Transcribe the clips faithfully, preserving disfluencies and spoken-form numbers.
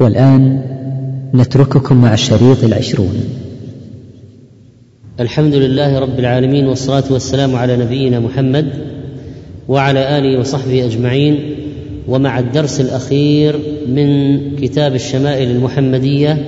والآن نترككم مع الشريط العشرون. الحمد لله رب العالمين، والصلاة والسلام على نبينا محمد وعلى آله وصحبه أجمعين، ومع الدرس الأخير من كتاب الشمائل المحمدية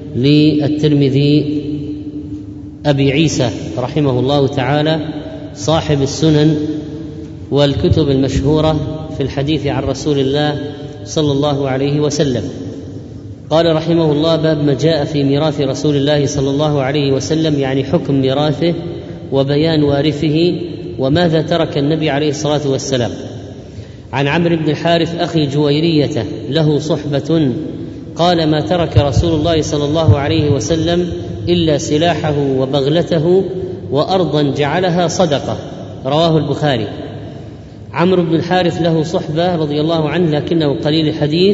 للترمذي أبي عيسى رحمه الله تعالى، صاحب السنن والكتب المشهورة في الحديث عن رسول الله صلى الله عليه وسلم. قال رحمه الله: باب ما جاء في ميراث رسول الله صلى الله عليه وسلم، يعني حكم ميراثه وبيان وارثه وماذا ترك النبي عليه الصلاة والسلام. عن عمرو بن الحارث أخي جويرية له صحبة قال: ما ترك رسول الله صلى الله عليه وسلم إلا سلاحه وبغلته وأرضا جعلها صدقة، رواه البخاري. عمرو بن الحارث له صحبة رضي الله عنه لكنه قليل الحديث،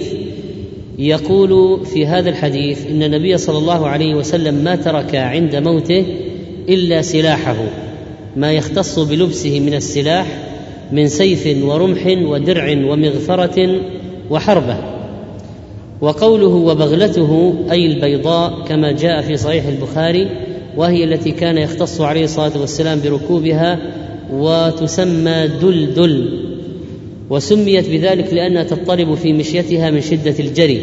يقول في هذا الحديث إن النبي صلى الله عليه وسلم ما ترك عند موته إلا سلاحه، ما يختص بلبسه من السلاح من سيف ورمح ودرع ومغفرة وحربة. وقوله وبغلته أي البيضاء كما جاء في صحيح البخاري، وهي التي كان يختص عليه الصلاة والسلام بركوبها، وتسمى دلدل، وسميت بذلك لأنها تضطرب في مشيتها من شدة الجري،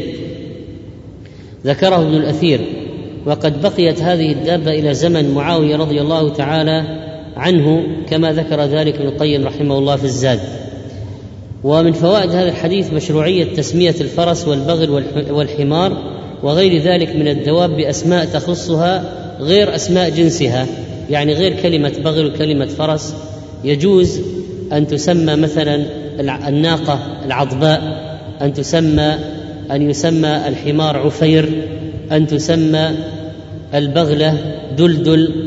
ذكره ابن الأثير. وقد بقيت هذه الدابة إلى زمن معاوية رضي الله تعالى عنه، كما ذكر ذلك ابن القيم رحمه الله في الزاد. ومن فوائد هذا الحديث مشروعية تسمية الفرس والبغل والحمار وغير ذلك من الدواب بأسماء تخصها غير أسماء جنسها، يعني غير كلمة بغل وكلمة فرس. يجوز أن تسمى مثلا الناقة العضباء، أن تسمى أن يسمى الحمار عفير، أن تسمى البغلة دلدل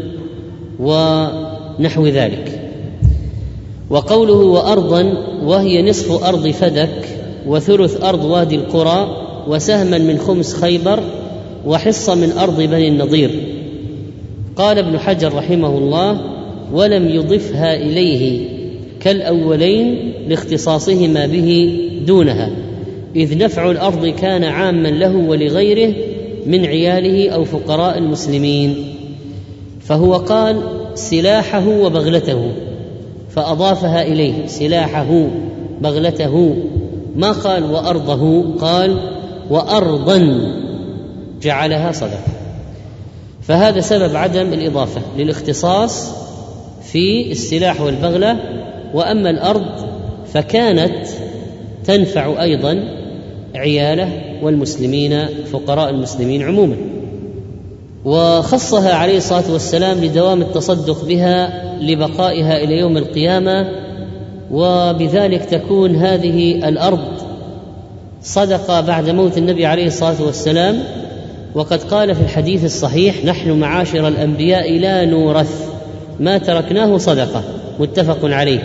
ونحو ذلك. وقوله وأرضا، وهي نصف أرض فدك وثلث أرض وادي القرى وسهما من خمس خيبر وحصة من أرض بني النضير. قال ابن حجر رحمه الله: ولم يضفها إليه كالأولين لاختصاصهما به دونها، إذ نفع الأرض كان عاما له ولغيره من عياله أو فقراء المسلمين. فهو قال سلاحه وبغلته فأضافها إليه، سلاحه بغلته، ما قال وأرضه، قال وأرضا جعلها صدقة. فهذا سبب عدم الإضافة للاختصاص في السلاح والبغلة. وأما الأرض فكانت تنفع أيضا عياله والمسلمين، فقراء المسلمين عموما. وخصها عليه الصلاة والسلام لدوام التصدق بها لبقائها إلى يوم القيامة، وبذلك تكون هذه الأرض صدقة بعد موت النبي عليه الصلاة والسلام. وقد قال في الحديث الصحيح: نحن معاشر الأنبياء لا نورث، ما تركناه صدقة، متفق عليه.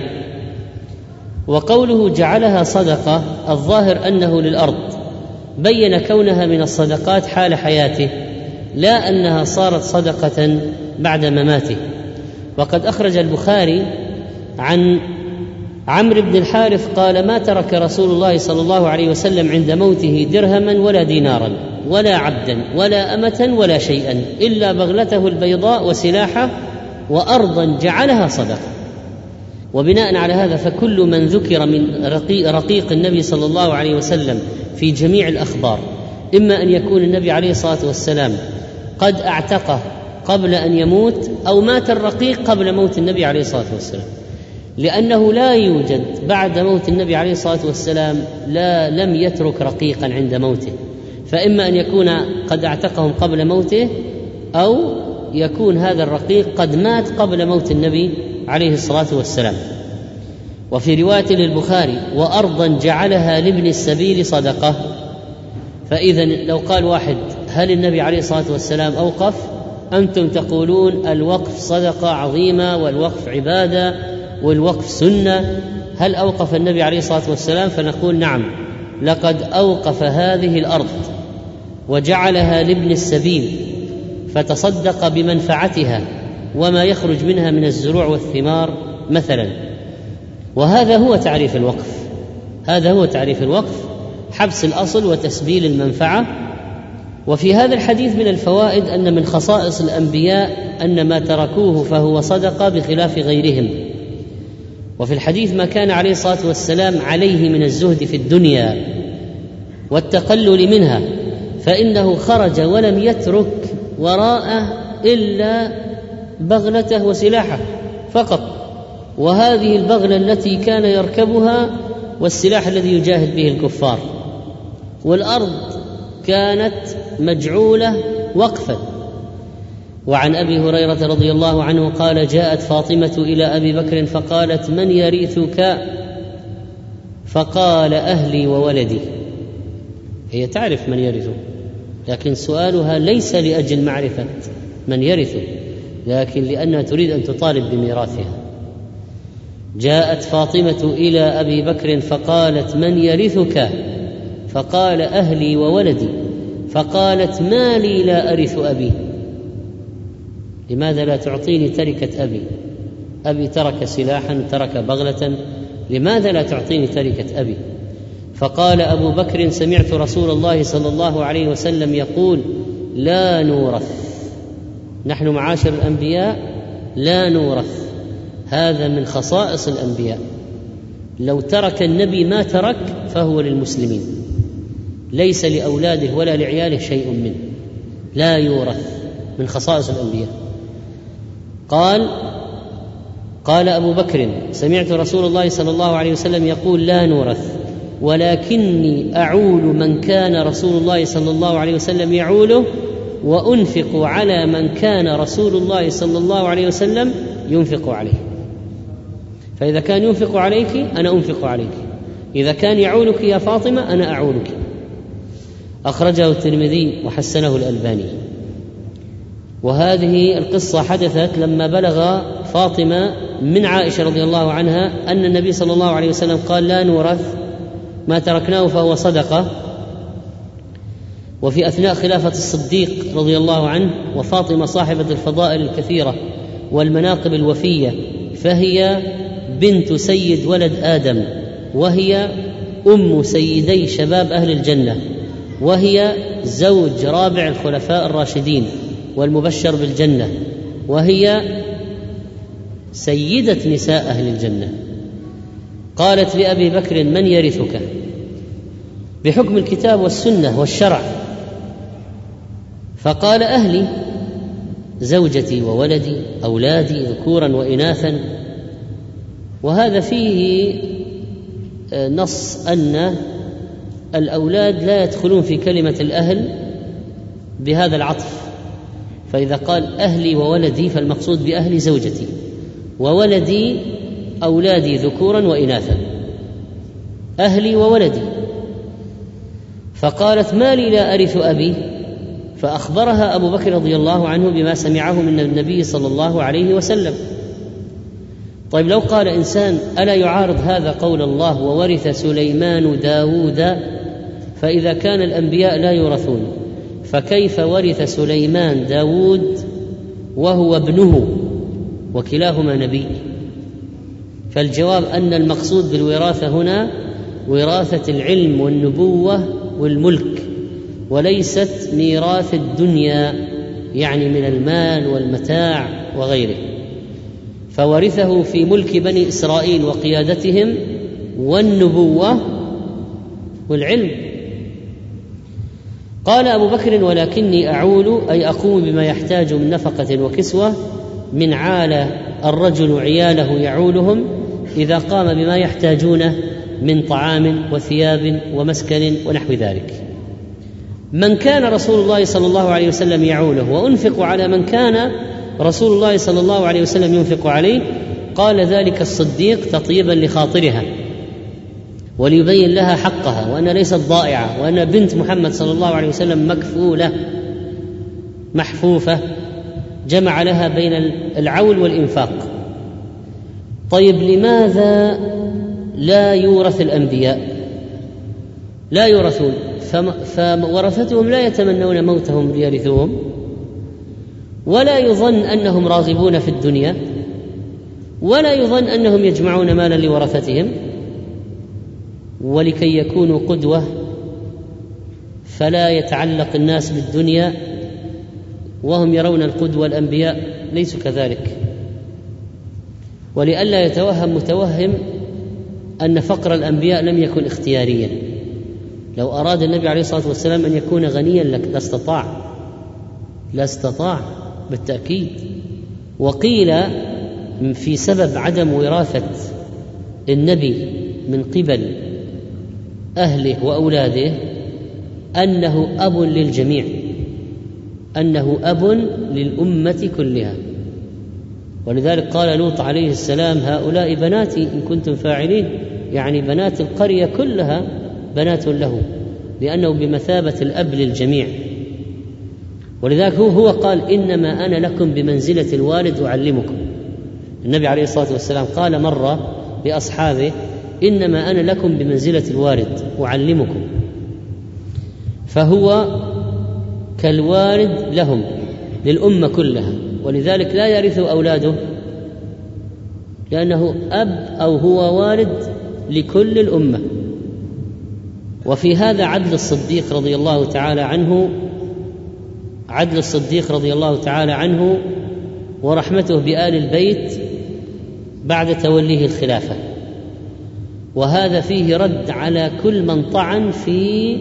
وقوله جعلها صدقة، الظاهر أنه للأرض، بين كونها من الصدقات حال حياته، لا أنها صارت صدقة بعد مماته. وقد أخرج البخاري عن عمرو بن الحارث قال: ما ترك رسول الله صلى الله عليه وسلم عند موته درهما ولا دينارا ولا عبدا ولا أمة ولا شيئا إلا بغلته البيضاء وسلاحه وأرضا جعلها صدقة. وبناء على هذا فكل من ذكر من رقيق النبي صلى الله عليه وسلم في جميع الأخبار، إما أن يكون النبي عليه الصلاة والسلام قد اعتقه قبل أن يموت، أو مات الرقيق قبل موت النبي عليه الصلاة والسلام، لأنه لا يوجد بعد موت النبي عليه الصلاة والسلام لا لم يترك رقيقا عند موته، فإما أن يكون قد اعتقهم قبل موته، أو يكون هذا الرقيق قد مات قبل موت النبي عليه الصلاة والسلام. وفي رواية للبخاري: وأرضا جعلها لابن السبيل صدقة. فإذا لو قال واحد: هل النبي عليه الصلاة والسلام أوقف؟ أنتم تقولون الوقف صدقة عظيمة والوقف عبادة والوقف سنة، هل أوقف النبي عليه الصلاة والسلام؟ فنقول نعم، لقد أوقف هذه الأرض وجعلها لابن السبيل فتصدق بمنفعتها وما يخرج منها من الزروع والثمار مثلا. وهذا هو تعريف الوقف، هذا هو تعريف الوقف: حبس الأصل وتسبيل المنفعة وفي هذا الحديث من الفوائد أن من خصائص الأنبياء أن ما تركوه فهو صدقة بخلاف غيرهم. وفي الحديث ما كان عليه الصلاة والسلام عليه من الزهد في الدنيا والتقلل منها، فإنه خرج ولم يترك وراءه إلا بغلته وسلاحه فقط، وهذه البغلة التي كان يركبها والسلاح الذي يجاهد به الكفار، والأرض كانت مجعولة وقفا. وعن أبي هريرة رضي الله عنه قال: جاءت فاطمة إلى أبي بكر فقالت: من يرثك؟ فقال: أهلي وولدي. هي تعرف من يرثه، لكن سؤالها ليس لأجل معرفة من يرثه، لكن لأنها تريد أن تطالب بميراثها. جاءت فاطمة إلى أبي بكر فقالت: من يرثك؟ فقال: أهلي وولدي. فقالت: ما لي لا أرث أبي؟ لماذا لا تعطيني تركة أبي؟ أبي ترك سلاحا، ترك بغلة، لماذا لا تعطيني تركة أبي؟ فقال أبو بكر: سمعت رسول الله صلى الله عليه وسلم يقول: لا نورث، نحن معاشر الأنبياء لا نورث. هذا من خصائص الأنبياء، لو ترك النبي ما ترك فهو للمسلمين، ليس لأولاده ولا لعياله شيء منه، لا يورث، من خصائص الأنبياء. قال قال أبو بكر: سمعت رسول الله صلى الله عليه وسلم يقول: لا نورث، ولكني أعول من كان رسول الله صلى الله عليه وسلم يعوله، وأنفق على من كان رسول الله صلى الله عليه وسلم ينفق عليه. فإذا كان ينفق عليك أنا أنفق عليك، إذا كان يعولك يا فاطمة أنا أعولك. أخرجه الترمذي وحسنه الألباني. وهذه القصة حدثت لما بلغ فاطمة من عائشة رضي الله عنها أن النبي صلى الله عليه وسلم قال: لا نورث، ما تركناه فهو صدقة. وفي أثناء خلافة الصديق رضي الله عنه، وفاطمة صاحبة الفضائل الكثيرة والمناقب الوفية، فهي بنت سيد ولد آدم، وهي أم سيدي شباب أهل الجنة، وهي زوج رابع الخلفاء الراشدين والمبشر بالجنة، وهي سيدة نساء أهل الجنة. قالت لأبي بكر: من يرثك؟ بحكم الكتاب والسنة والشرع. فقال: أهلي، زوجتي وولدي، أولادي ذكورا وإناثا. وهذا فيه نص أن الأولاد لا يدخلون في كلمة الأهل بهذا العطف، فإذا قال أهلي وولدي فالمقصود بأهلي زوجتي، وولدي أولادي ذكورا وإناثا، أهلي وولدي. فقالت: ما لي لا أرث أبي؟ فأخبرها أبو بكر رضي الله عنه بما سمعه من النبي صلى الله عليه وسلم. طيب لو قال إنسان: ألا يعارض هذا قول الله: وورث سليمان داود؟ فإذا كان الأنبياء لا يورثون، فكيف ورث سليمان داود وهو ابنه وكلاهما نبي؟ فالجواب أن المقصود بالوراثة هنا وراثة العلم والنبوة والملك، وليست ميراث الدنيا، يعني من المال والمتاع وغيره. فورثه في ملك بني إسرائيل وقيادتهم والنبوة والعلم. قال أبو بكر: ولكني أعول، أي أقوم بما يحتاج من نفقة وكسوة، من عال الرجل عياله يعولهم إذا قام بما يحتاجونه من طعام وثياب ومسكن ونحو ذلك. من كان رسول الله صلى الله عليه وسلم يعوله، وأنفق على من كان رسول الله صلى الله عليه وسلم ينفق عليه. قال ذلك الصديق تطيبا لخاطرها وليبين لها حقها، وأن ليست ضائعة، وأن بنت محمد صلى الله عليه وسلم مكفولة محفوفة، جمع لها بين العول والإنفاق. طيب لماذا لا يورث الأنبياء؟ لا يورثون، فورثتهم لا يتمنون موتهم ليرثوهم، ولا يظن أنهم راغبون في الدنيا، ولا يظن أنهم يجمعون مالا لورثتهم. ولكي يكونوا قدوة فلا يتعلق الناس بالدنيا وهم يرون القدوة الأنبياء ليسوا كذلك. ولئلا يتوهم متوهم أن فقر الأنبياء لم يكن اختياريا، لو أراد النبي عليه الصلاة والسلام أن يكون غنيا لك لاستطاع لاستطاع بالتأكيد. وقيل في سبب عدم وراثة النبي من قبل أهله وأولاده أنه أب للجميع، أنه أب للأمة كلها. ولذلك قال لوط عليه السلام: هؤلاء بناتي إن كنتم فاعلين، يعني بنات القرية كلها بنات له، لأنه بمثابة الأب للجميع. ولذلك هو, هو قال: إنما أنا لكم بمنزلة الوالد أعلمكم. النبي عليه الصلاة والسلام قال مرة لأصحابه: إنما أنا لكم بمنزلة الوالد أعلمكم. فهو كالوالد لهم للأمة كلها، ولذلك لا يرث أولاده لأنه أب أو هو والد لكل الأمة. وفي هذا عدل الصديق رضي الله تعالى عنه عدل الصديق رضي الله تعالى عنه ورحمته بآل البيت بعد توليه الخلافة. وهذا فيه رد على كل من طعن في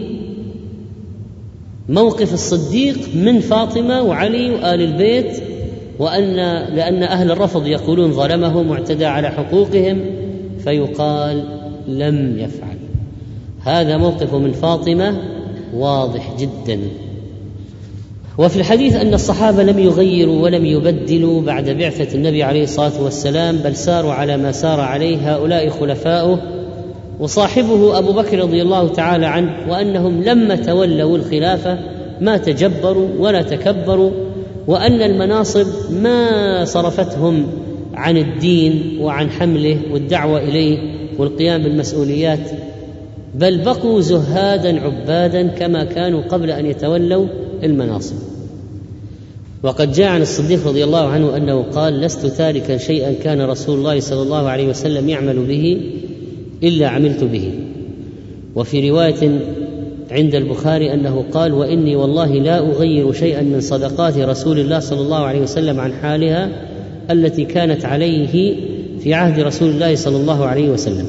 موقف الصديق من فاطمة وعلي وآل البيت، وأن لأن أهل الرفض يقولون ظلمهم واعتدى على حقوقهم، فيقال لم يفعل. هذا موقف من فاطمة واضح جدا. وفي الحديث أن الصحابة لم يغيروا ولم يبدلوا بعد بعثة النبي عليه الصلاة والسلام، بل ساروا على ما سار عليه هؤلاء خلفاؤه وصاحبه أبو بكر رضي الله تعالى عنه، وأنهم لما تولوا الخلافة ما تجبروا ولا تكبروا، وأن المناصب ما صرفتهم عن الدين وعن حمله والدعوة إليه والقيام بالمسؤوليات، بل بقوا زهادا عبادا كما كانوا قبل أن يتولوا المناصب. وقد جاء عن الصديق رضي الله عنه أنه قال: لست تاركا شيئا كان رسول الله صلى الله عليه وسلم يعمل به إلا عملت به. وفي رواية عند البخاري أنه قال: وإني والله لا أغير شيئا من صدقات رسول الله صلى الله عليه وسلم عن حالها التي كانت عليه في عهد رسول الله صلى الله عليه وسلم.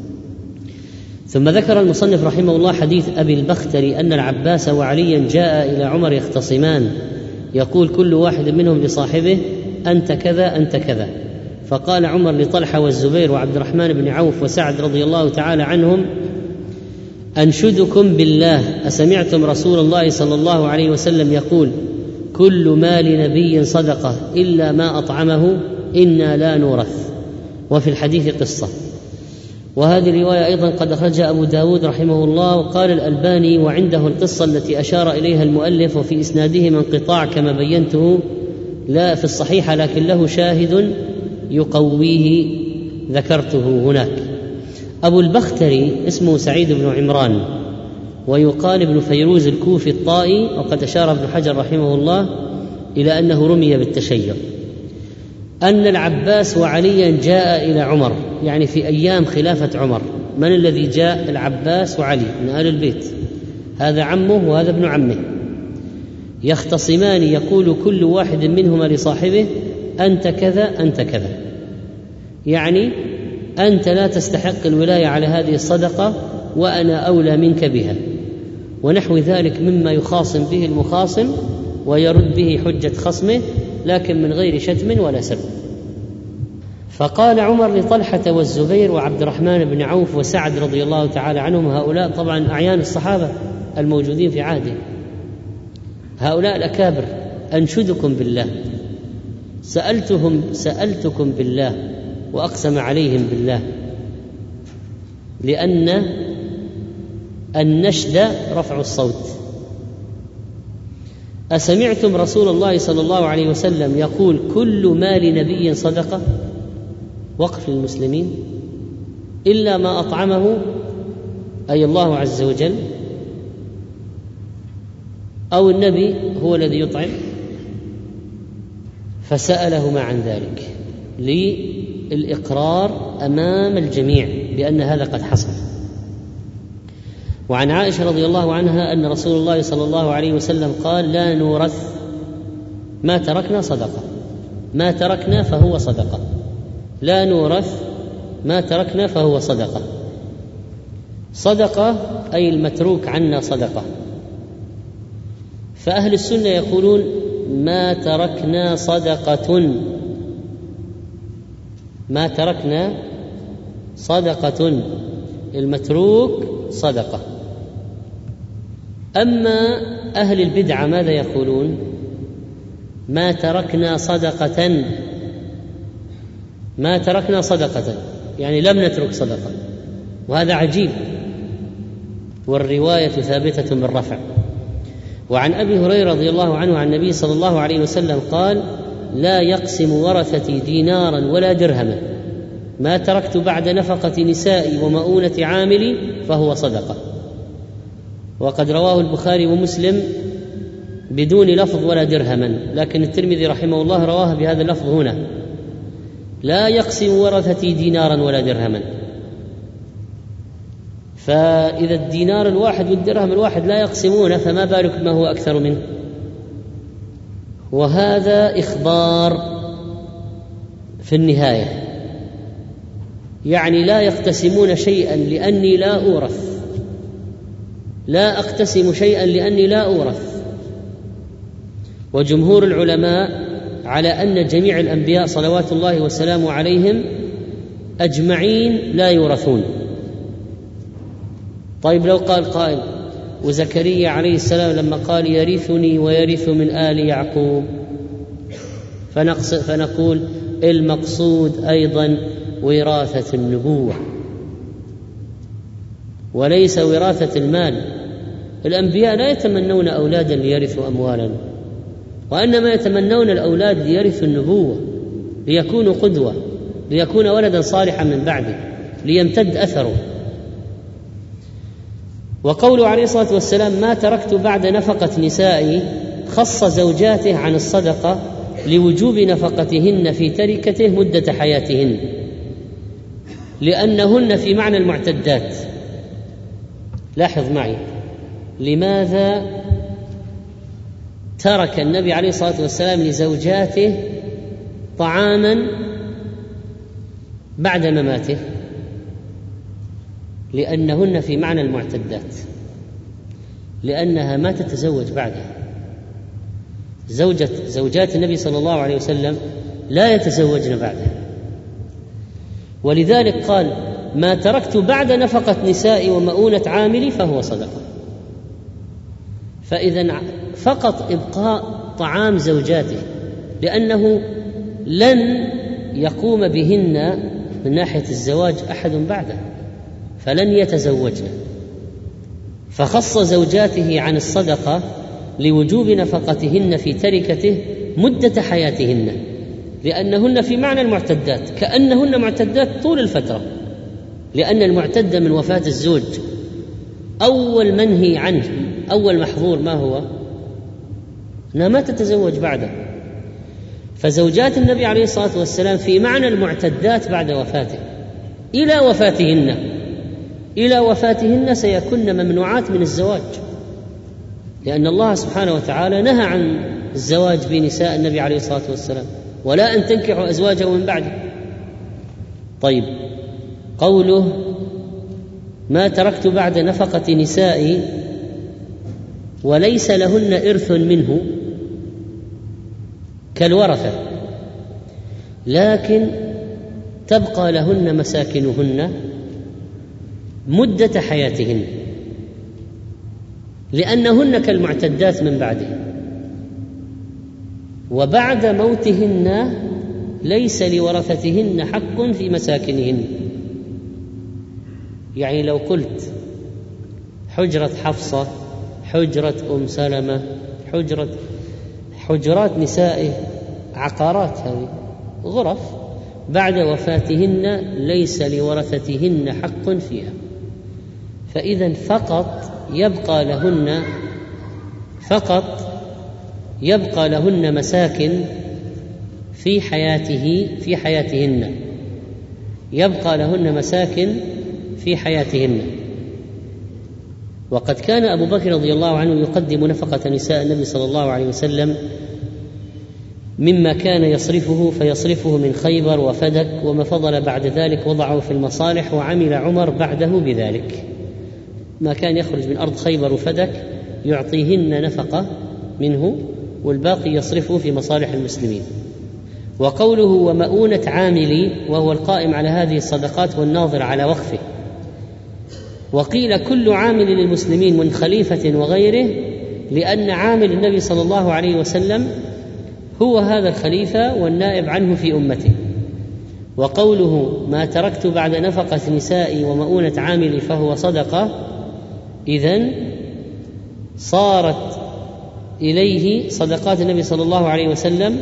ثم ذكر المصنف رحمه الله حديث أبي البختري أن العباس وعليا جاء إلى عمر يختصمان، يقول كل واحد منهم لصاحبه: أنت كذا أنت كذا. فقال عمر لطلحة والزبير وعبد الرحمن بن عوف وسعد رضي الله تعالى عنهم: أنشدكم بالله أسمعتم رسول الله صلى الله عليه وسلم يقول: كل مال نبي صدقة إلا ما أطعمه إنا لا نورث. وفي الحديث قصة. وهذه الرواية أيضا قد أخرجها أبو داود رحمه الله. وقال الألباني: وعنده القصة التي أشار إليها المؤلف، وفي إسناده من انقطاع كما بينته لا في الصحيحة، لكن له شاهد يقويه ذكرته هناك. أبو البختري اسمه سعيد بن عمران، ويقال ابن فيروز الكوفي الطائي، وقد أشار ابن حجر رحمه الله إلى أنه رمي بالتشيع. أن العباس وعليا جاء إلى عمر، يعني في أيام خلافة عمر. من الذي جاء؟ العباس وعلي من آل البيت، هذا عمه وهذا ابن عمه، يختصمان، يقول كل واحد منهما لصاحبه: أنت كذا أنت كذا، يعني أنت لا تستحق الولاية على هذه الصدقة وأنا أولى منك بها، ونحو ذلك مما يخاصم به المخاصم ويرد به حجة خصمه، لكن من غير شتم ولا سب. فقال عمر لطلحة والزبير وعبد الرحمن بن عوف وسعد رضي الله تعالى عنهم، هؤلاء طبعا أعيان الصحابة الموجودين في عهده، هؤلاء الأكابر: أنشدكم بالله، سألتهم سألتكم بالله، وأقسم عليهم بالله، لأن النشد رفع الصوت. أسمعتم رسول الله صلى الله عليه وسلم يقول: كل مال نبي صدقة، وقف للمسلمين، إلا ما أطعمه أي الله عز وجل، أو النبي هو الذي يطعم. فسألهما عن ذلك للإقرار أمام الجميع بأن هذا قد حصل. وعن عائشة رضي الله عنها أن رسول الله صلى الله عليه وسلم قال: لا نورث ما تركنا صدقة. ما تركنا فهو صدقة. لا نورث ما تركنا فهو صدقة. صدقة أي المتروك عنا صدقة. فأهل السنة يقولون: ما تركنا صدقة، ما تركنا صدقة، المتروك صدقة. أما أهل البدعة ماذا يقولون؟ ما تركنا صدقة، ما تركنا صدقة يعني لم نترك صدقة، وهذا عجيب، والرواية ثابتة بالرفع. وعن أبي هريرة رضي الله عنه عن النبي صلى الله عليه وسلم قال: لا يقسم ورثتي دينارا ولا درهما، ما تركت بعد نفقة نسائي ومؤونة عاملي فهو صدقة. وقد رواه البخاري ومسلم بدون لفظ ولا درهما، لكن الترمذي رحمه الله رواه بهذا اللفظ هنا: لا يقسم ورثتي دينارا ولا درهما. فإذا الدينار الواحد والدرهم الواحد لا يقسمونه، فما بالك ما هو أكثر منه. وهذا إخبار في النهاية، يعني لا يقتسمون شيئا لأني لا أورث، لا أقتسم شيئا لأني لا أورث. وجمهور العلماء على أن جميع الأنبياء صلوات الله وسلامه عليهم أجمعين لا يورثون. طيب لو قال قائل: وزكريا عليه السلام لما قال: يرثني ويرث من آل يعقوب، فنقول المقصود أيضا وراثة النبوة وليس وراثة المال. الأنبياء لا يتمنون أولادا ليرثوا أموالا، وإنما يتمنون الأولاد ليرثوا النبوة، ليكونوا قدوة، ليكون ولدا صالحا من بعده، ليمتد أثره. وقوله عليه الصلاة والسلام: ما تركت بعد نفقة نسائي، خص زوجاته عن الصدقة لوجوب نفقتهن في تركته مدة حياتهن، لأنهن في معنى المعتدات. لاحظ معي، لماذا ترك النبي عليه الصلاة والسلام لزوجاته طعاما بعد مماته؟ لأنهن في معنى المعتدات، لأنها ما تتزوج بعده. زوجة زوجات النبي صلى الله عليه وسلم لا يتزوجن بعده، ولذلك قال: ما تركت بعد نفقة نسائي ومؤونة عاملي فهو صدقة. فإذا فقط إبقاء طعام زوجاته، لأنه لن يقوم بهن من ناحية الزواج أحد بعده، فلن يتزوجن، فخص زوجاته عن الصدقة لوجوب نفقتهن في تركته مدة حياتهن، لأنهن في معنى المعتدات، كأنهن معتدات طول الفترة. لأن المعتدة من وفاة الزوج أول منهي عنه، أول محظور ما هو؟ أنها ما تتزوج بعده. فزوجات النبي عليه الصلاة والسلام في معنى المعتدات بعد وفاته إلى وفاتهن، إلى وفاتهن سيكون ممنوعات من الزواج، لأن الله سبحانه وتعالى نهى عن الزواج بنساء النبي عليه الصلاة والسلام: ولا أن تنكحوا أزواجه من بعده. طيب، قوله: ما تركت بعد نفقة نسائي وليس لهن إرث منه كالورثة، لكن تبقى لهن مساكنهن مدة حياتهن، لأنهن كالمعتدات من بعده، وبعد موتهن ليس لورثتهن حق في مساكنهن. يعني لو قلت حجرة حفصة، حجرة أم سلمة، حجرة حجرات نسائه، عقارات، هذه غرف، بعد وفاتهن ليس لورثتهن حق فيها، فإذن فقط يبقى لهن فقط يبقى لهن مساكن في حياته في حياتهن يبقى لهن مساكن في حياتهن وقد كان أبو بكر رضي الله عنه يقدم نفقة نساء النبي صلى الله عليه وسلم مما كان يصرفه فيصرفه من خيبر وفدك، وما فضل بعد ذلك وضعه في المصالح، وعمل عمر بعده بذلك. ما كان يخرج من أرض خيبر وفدك يعطيهن نفقة منه، والباقي يصرفه في مصالح المسلمين. وقوله ومؤونة عاملي، وهو القائم على هذه الصدقات والناظر على وقفه. وقيل كل عامل للمسلمين من خليفة وغيره، لأن عامل النبي صلى الله عليه وسلم هو هذا الخليفة والنائب عنه في أمته. وقوله ما تركت بعد نفقة نسائي ومؤونة عاملي فهو صدقة، إذن صارت إليه صدقات النبي صلى الله عليه وسلم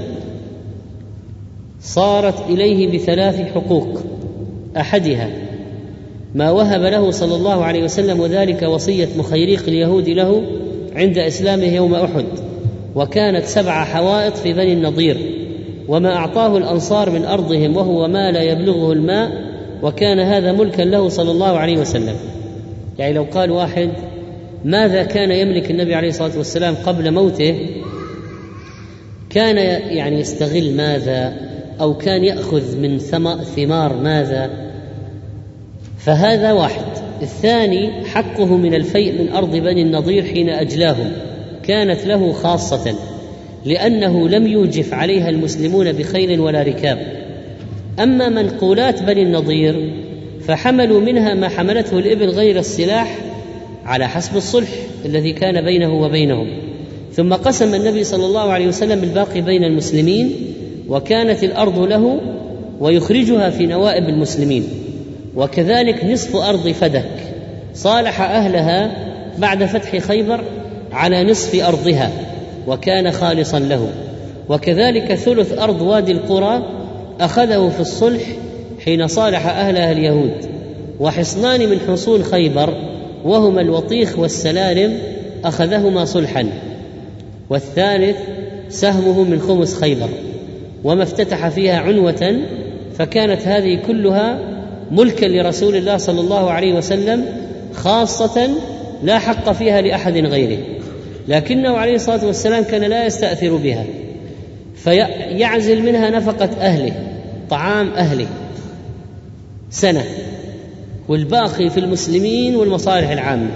صارت إليه بثلاث حقوق. أحدها ما وهب له صلى الله عليه وسلم، وذلك وصية مخيريق اليهود له عند إسلامه يوم أحد، وكانت سبع حوائط في بني النضير، وما أعطاه الأنصار من أرضهم وهو ما لا يبلغه الماء، وكان هذا ملكا له صلى الله عليه وسلم. يعني لو قال واحد ماذا كان يملك النبي عليه الصلاة والسلام قبل موته، كان يعني يستغل ماذا، أو كان يأخذ من ثمار ماذا، فهذا واحد. الثاني حقه من الفيء من أرض بني النضير حين أجلاهم، كانت له خاصة، لأنه لم يوجف عليها المسلمون بخيل ولا ركاب. أما منقولات بني النضير فحملوا منها ما حملته الإبل غير السلاح على حسب الصلح الذي كان بينه وبينهم، ثم قسم النبي صلى الله عليه وسلم الباقي بين المسلمين، وكانت الأرض له ويخرجها في نوائب المسلمين. وكذلك نصف أرض فدك صالح أهلها بعد فتح خيبر على نصف أرضها، وكان خالصا له. وكذلك ثلث أرض وادي القرى أخذه في الصلح حين صالح أهلها اليهود. وحصنان من حصون خيبر وهما الوطيخ والسلالم أخذهما صلحا. والثالث سهمه من خمس خيبر، وما افتتح فيها عنوة، فكانت هذه كلها ملكا لرسول الله صلى الله عليه وسلم خاصة، لا حق فيها لأحد غيره، لكنه عليه الصلاة والسلام كان لا يستأثر بها، فيعزل منها نفقة أهله، طعام أهله سنة، والباقي في المسلمين والمصالح العامة.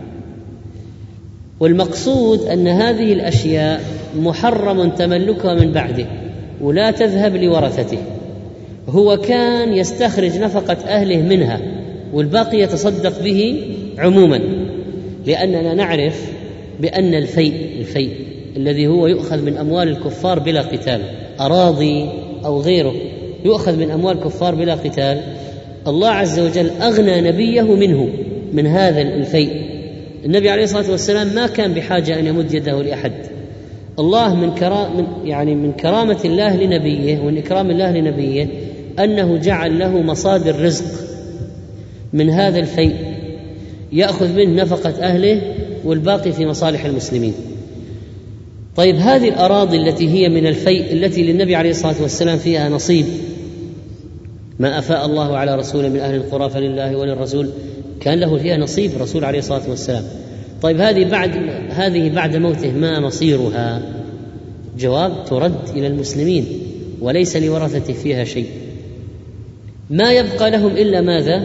والمقصود أن هذه الأشياء محرم تملكها من بعده، ولا تذهب لورثته. هو كان يستخرج نفقة أهله منها، والباقي يتصدق به عموما، لأننا نعرف بأن الفيء الفيء الذي هو يؤخذ من أموال الكفار بلا قتال، أراضي أو غيره يؤخذ من أموال الكفار بلا قتال، الله عز وجل أغنى نبيه منه، من هذا الفيء. النبي عليه الصلاة والسلام ما كان بحاجة أن يمد يده لأحد. الله من كرام يعني من كرامة الله لنبيه ومن إكرام الله لنبيه أنه جعل له مصادر رزق من هذا الفيء يأخذ منه نفقة أهله، والباقي في مصالح المسلمين. طيب هذه الأراضي التي هي من الفيء التي للنبي عليه الصلاة والسلام فيها نصيب، ما أفاء الله على رسول من أهل القرى فلله وللرسول، كان له فيها نصيب الرسول عليه الصلاة والسلام. طيب هذه بعد هذه بعد موته ما مصيرها؟ جواب: ترد إلى المسلمين وليس لورثته فيها شيء. ما يبقى لهم إلا ماذا؟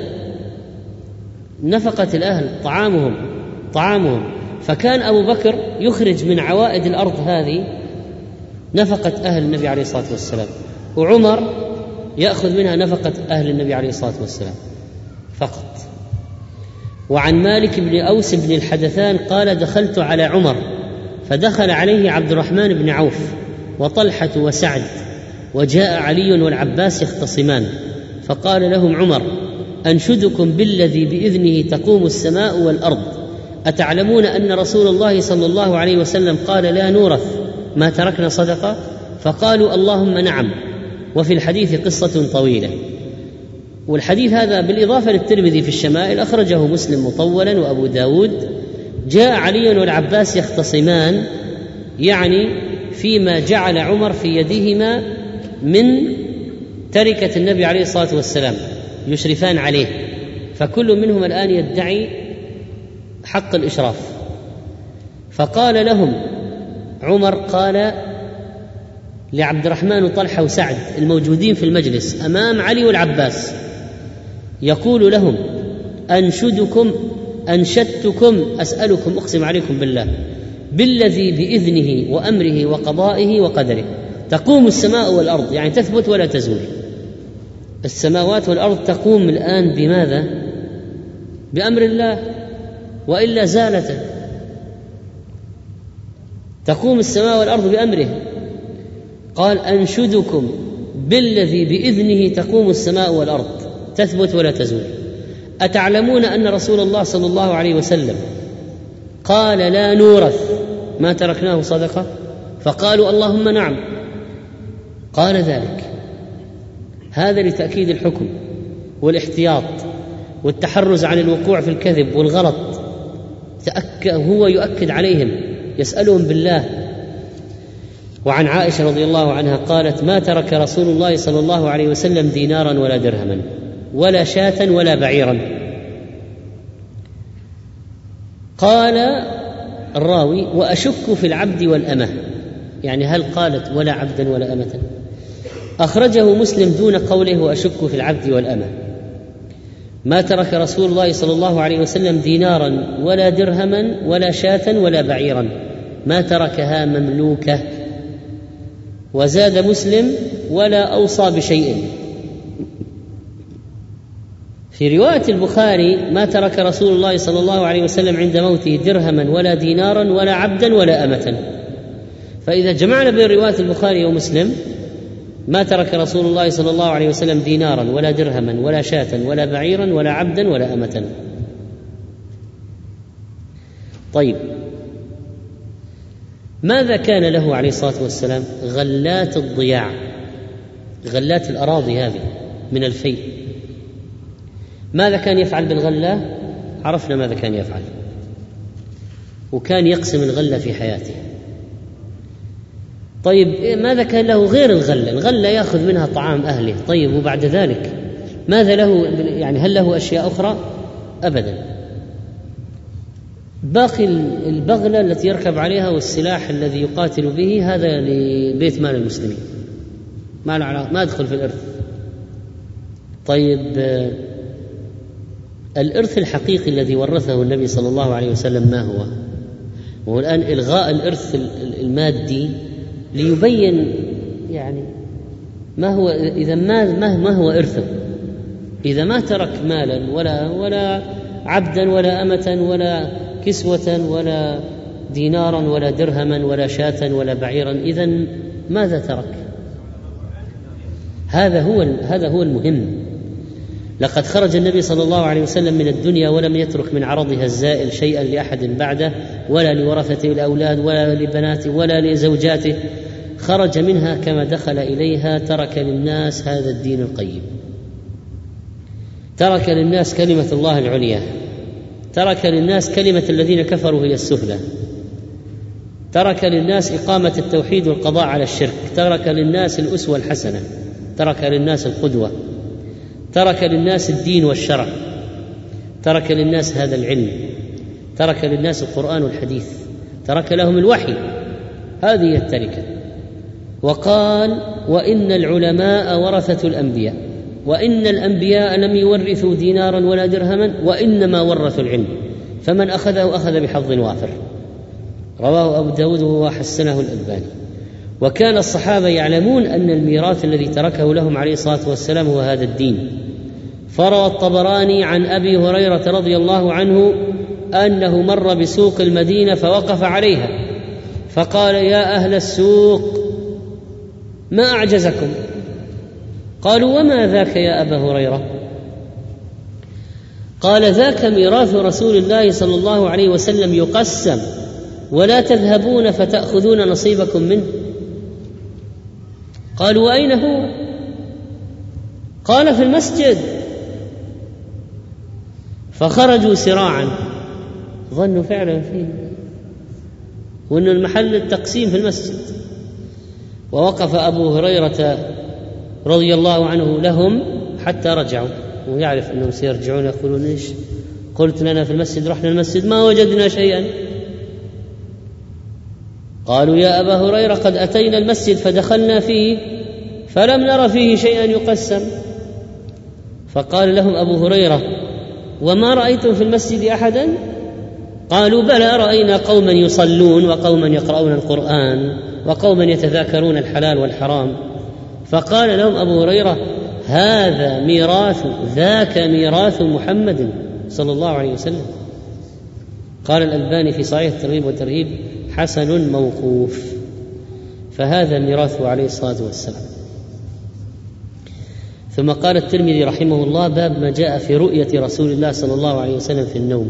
نفقة الأهل، طعامهم طعامهم فكان أبو بكر يخرج من عوائد الأرض هذه نفقة أهل النبي عليه الصلاة والسلام، وعمر يأخذ منها نفقة أهل النبي عليه الصلاة والسلام فقط. وعن مالك بن أوس بن الحدثان قال: دخلت على عمر فدخل عليه عبد الرحمن بن عوف وطلحة وسعد، وجاء علي والعباس يختصمان، فقال لهم عمر: أنشدكم بالذي بإذنه تقوم السماء والأرض، أتعلمون أن رسول الله صلى الله عليه وسلم قال: لا نورث ما تركنا صدقة؟ فقالوا: اللهم نعم. وفي الحديث قصة طويلة، والحديث هذا بالإضافة للترمذي في الشمائل أخرجه مسلم مطولا وأبو داود. جاء علي والعباس يختصمان، يعني فيما جعل عمر في يدهما من تركة النبي عليه الصلاة والسلام يشرفان عليه، فكل منهم الآن يدعي حق الإشراف. فقال لهم عمر، قال لعبد الرحمن وطلحة وسعد الموجودين في المجلس أمام علي والعباس، يقول لهم: أنشدكم أنشدتكم أسألكم أقسم عليكم بالله بالذي بإذنه وأمره وقضائه وقدره تقوم السماء والأرض، يعني تثبت ولا تزول. السماوات والأرض تقوم الآن بماذا؟ بأمر الله، وإلا زالتا. تقوم السماء والأرض بأمره. قال: أنشدكم بالذي بإذنه تقوم السماء والأرض تثبت ولا تزول. أتعلمون أن رسول الله صلى الله عليه وسلم قال: لا نورث ما تركناه صدقة؟ فقالوا: اللهم نعم. قال ذلك هذا لتأكيد الحكم والاحتياط والتحرز عن الوقوع في الكذب والغلط. هو يؤكد عليهم، يسألهم بالله. وعن عائشة رضي الله عنها قالت: ما ترك رسول الله صلى الله عليه وسلم دينارا ولا درهما ولا شاة ولا بعيرا. قال الراوي: وأشك في العبد والأمة، يعني هل قالت ولا عبدا ولا أمة؟ أخرجه مسلم دون قوله وأشك في العبد والأمة. ما ترك رسول الله صلى الله عليه وسلم دينارا ولا درهما ولا شاة ولا بعيرا، ما تركها مملوكة. وزاد مسلم: ولا أوصى بشيء. في رواية البخاري: ما ترك رسول الله صلى الله عليه وسلم عند موته درهما ولا دينارا ولا عبدا ولا أمة. فإذا جمعنا بين رواية البخاري ومسلم: ما ترك رسول الله صلى الله عليه وسلم دينارا ولا درهما ولا شاة ولا بعيرا ولا عبدا ولا أمة. طيب، ماذا كان له عليه الصلاة والسلام؟ غلات الضياع، غلات الأراضي هذه من الفيء. ماذا كان يفعل بالغلة؟ عرفنا ماذا كان يفعل، وكان يقسم الغلة في حياته. طيب، ماذا كان له غير الغلة؟ الغلة يأخذ منها طعام أهله. طيب، وبعد ذلك ماذا له؟ يعني هل له أشياء أخرى؟ أبدا. باقي البغلة التي يركب عليها والسلاح الذي يقاتل به هذا لبيت مال المسلمين، ما له علاقة، ما يدخل في الإرث. طيب، الإرث الحقيقي الذي ورثه النبي صلى الله عليه وسلم ما هو؟ وهو الآن إلغاء الإرث المادي ليبين يعني ما هو. إذا ما ما هو إرثه؟ إذا ما ترك مالا ولا ولا عبدا ولا أمة ولا كسوة ولا دينارا ولا درهما ولا شاة ولا بعيرا، إذن ماذا ترك؟ هذا هو هذا هو المهم. لقد خرج النبي صلى الله عليه وسلم من الدنيا ولم يترك من عرضها الزائل شيئا لأحد بعده، ولا لورثته الأولاد ولا لبناته ولا لزوجاته. خرج منها كما دخل إليها، ترك للناس هذا الدين القيم، ترك للناس كلمة الله العليا، ترك للناس كلمة الذين كفروا هي السفلى، ترك للناس إقامة التوحيد والقضاء على الشرك، ترك للناس الأسوة الحسنة، ترك للناس القدوة، ترك للناس الدين والشرع، ترك للناس هذا العلم، ترك للناس القرآن والحديث، ترك لهم الوحي. هذه التركة. وقال: وإن العلماء ورثة الأنبياء، وإن الأنبياء لم يورثوا دينارا ولا درهما، وإنما ورثوا العلم، فمن أخذه أخذ بحظ وافر. رواه أبو داود وحسنه الألباني. وكان الصحابة يعلمون أن الميراث الذي تركه لهم عليه الصلاة والسلام هو هذا الدين. فروى الطبراني عن أبي هريرة رضي الله عنه أنه مر بسوق المدينة فوقف عليها فقال: يا أهل السوق، ما أعجزكم؟ قالوا: وما ذاك يا أبا هريرة؟ قال: ذاك ميراث رسول الله صلى الله عليه وسلم يقسم، ولا تذهبون فتأخذون نصيبكم منه. قالوا: وأين هو؟ قال: في المسجد. فخرجوا سراعا، ظنوا فعلا فيه وأن المحل التقسيم في المسجد. ووقف أبو هريرة رضي الله عنه لهم حتى رجعوا، ويعرف أنهم سيرجعون يقولون: إيش قلت لنا في المسجد، رحنا المسجد ما وجدنا شيئا. قالوا يا أبا هريرة قد أتينا المسجد فدخلنا فيه فلم نر فيه شيئا يقسم. فقال لهم أبو هريرة وما رأيتم في المسجد أحدا؟ قالوا بلى رأينا قوما يصلون وقوما يقرؤون القرآن وقوما يتذاكرون الحلال والحرام. فقال لهم أبو هريرة هذا ميراث ذاك ميراث محمد صلى الله عليه وسلم. قال الألباني في صحيح الترغيب والترهيب حسن موقوف، فهذا ميراثه عليه الصلاة والسلام. ثم قال الترمذي رحمه الله باب ما جاء في رؤية رسول الله صلى الله عليه وسلم في النوم.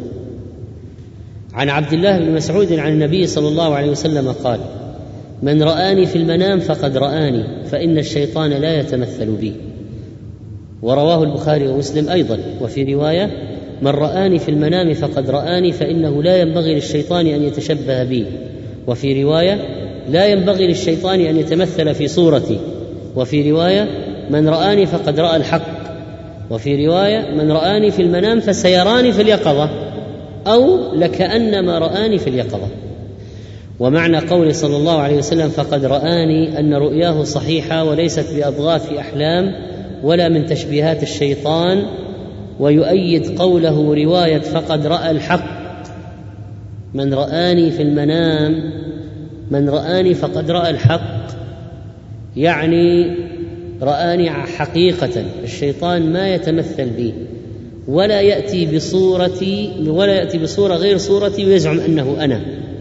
عن عبد الله بن مسعود عن النبي صلى الله عليه وسلم قال من رآني في المنام فقد رآني فإن الشيطان لا يتمثل بي. ورواه البخاري ومسلم أيضا. وفي رواية من رآني في المنام فقد رآني فإنه لا ينبغي للشيطان أن يتشبه بي. وفي رواية لا ينبغي للشيطان أن يتمثل في صورتي. وفي رواية من رآني فقد رأى الحق. وفي رواية من رآني في المنام فسيراني في اليقظة أو لكأنما رآني في اليقظة. ومعنى قول صلى الله عليه وسلم فقد رآني أن رؤياه صحيحة وليست بأضغاث أحلام ولا من تشبيهات الشيطان. ويؤيد قوله رواية فقد رأى الحق، من رآني في المنام من رآني فقد رأى الحق، يعني رآني حقيقة. الشيطان ما يتمثل بي ولا يأتي بصورتي ولا يأتي بصورة غير صورتي ويزعم أنه أنا.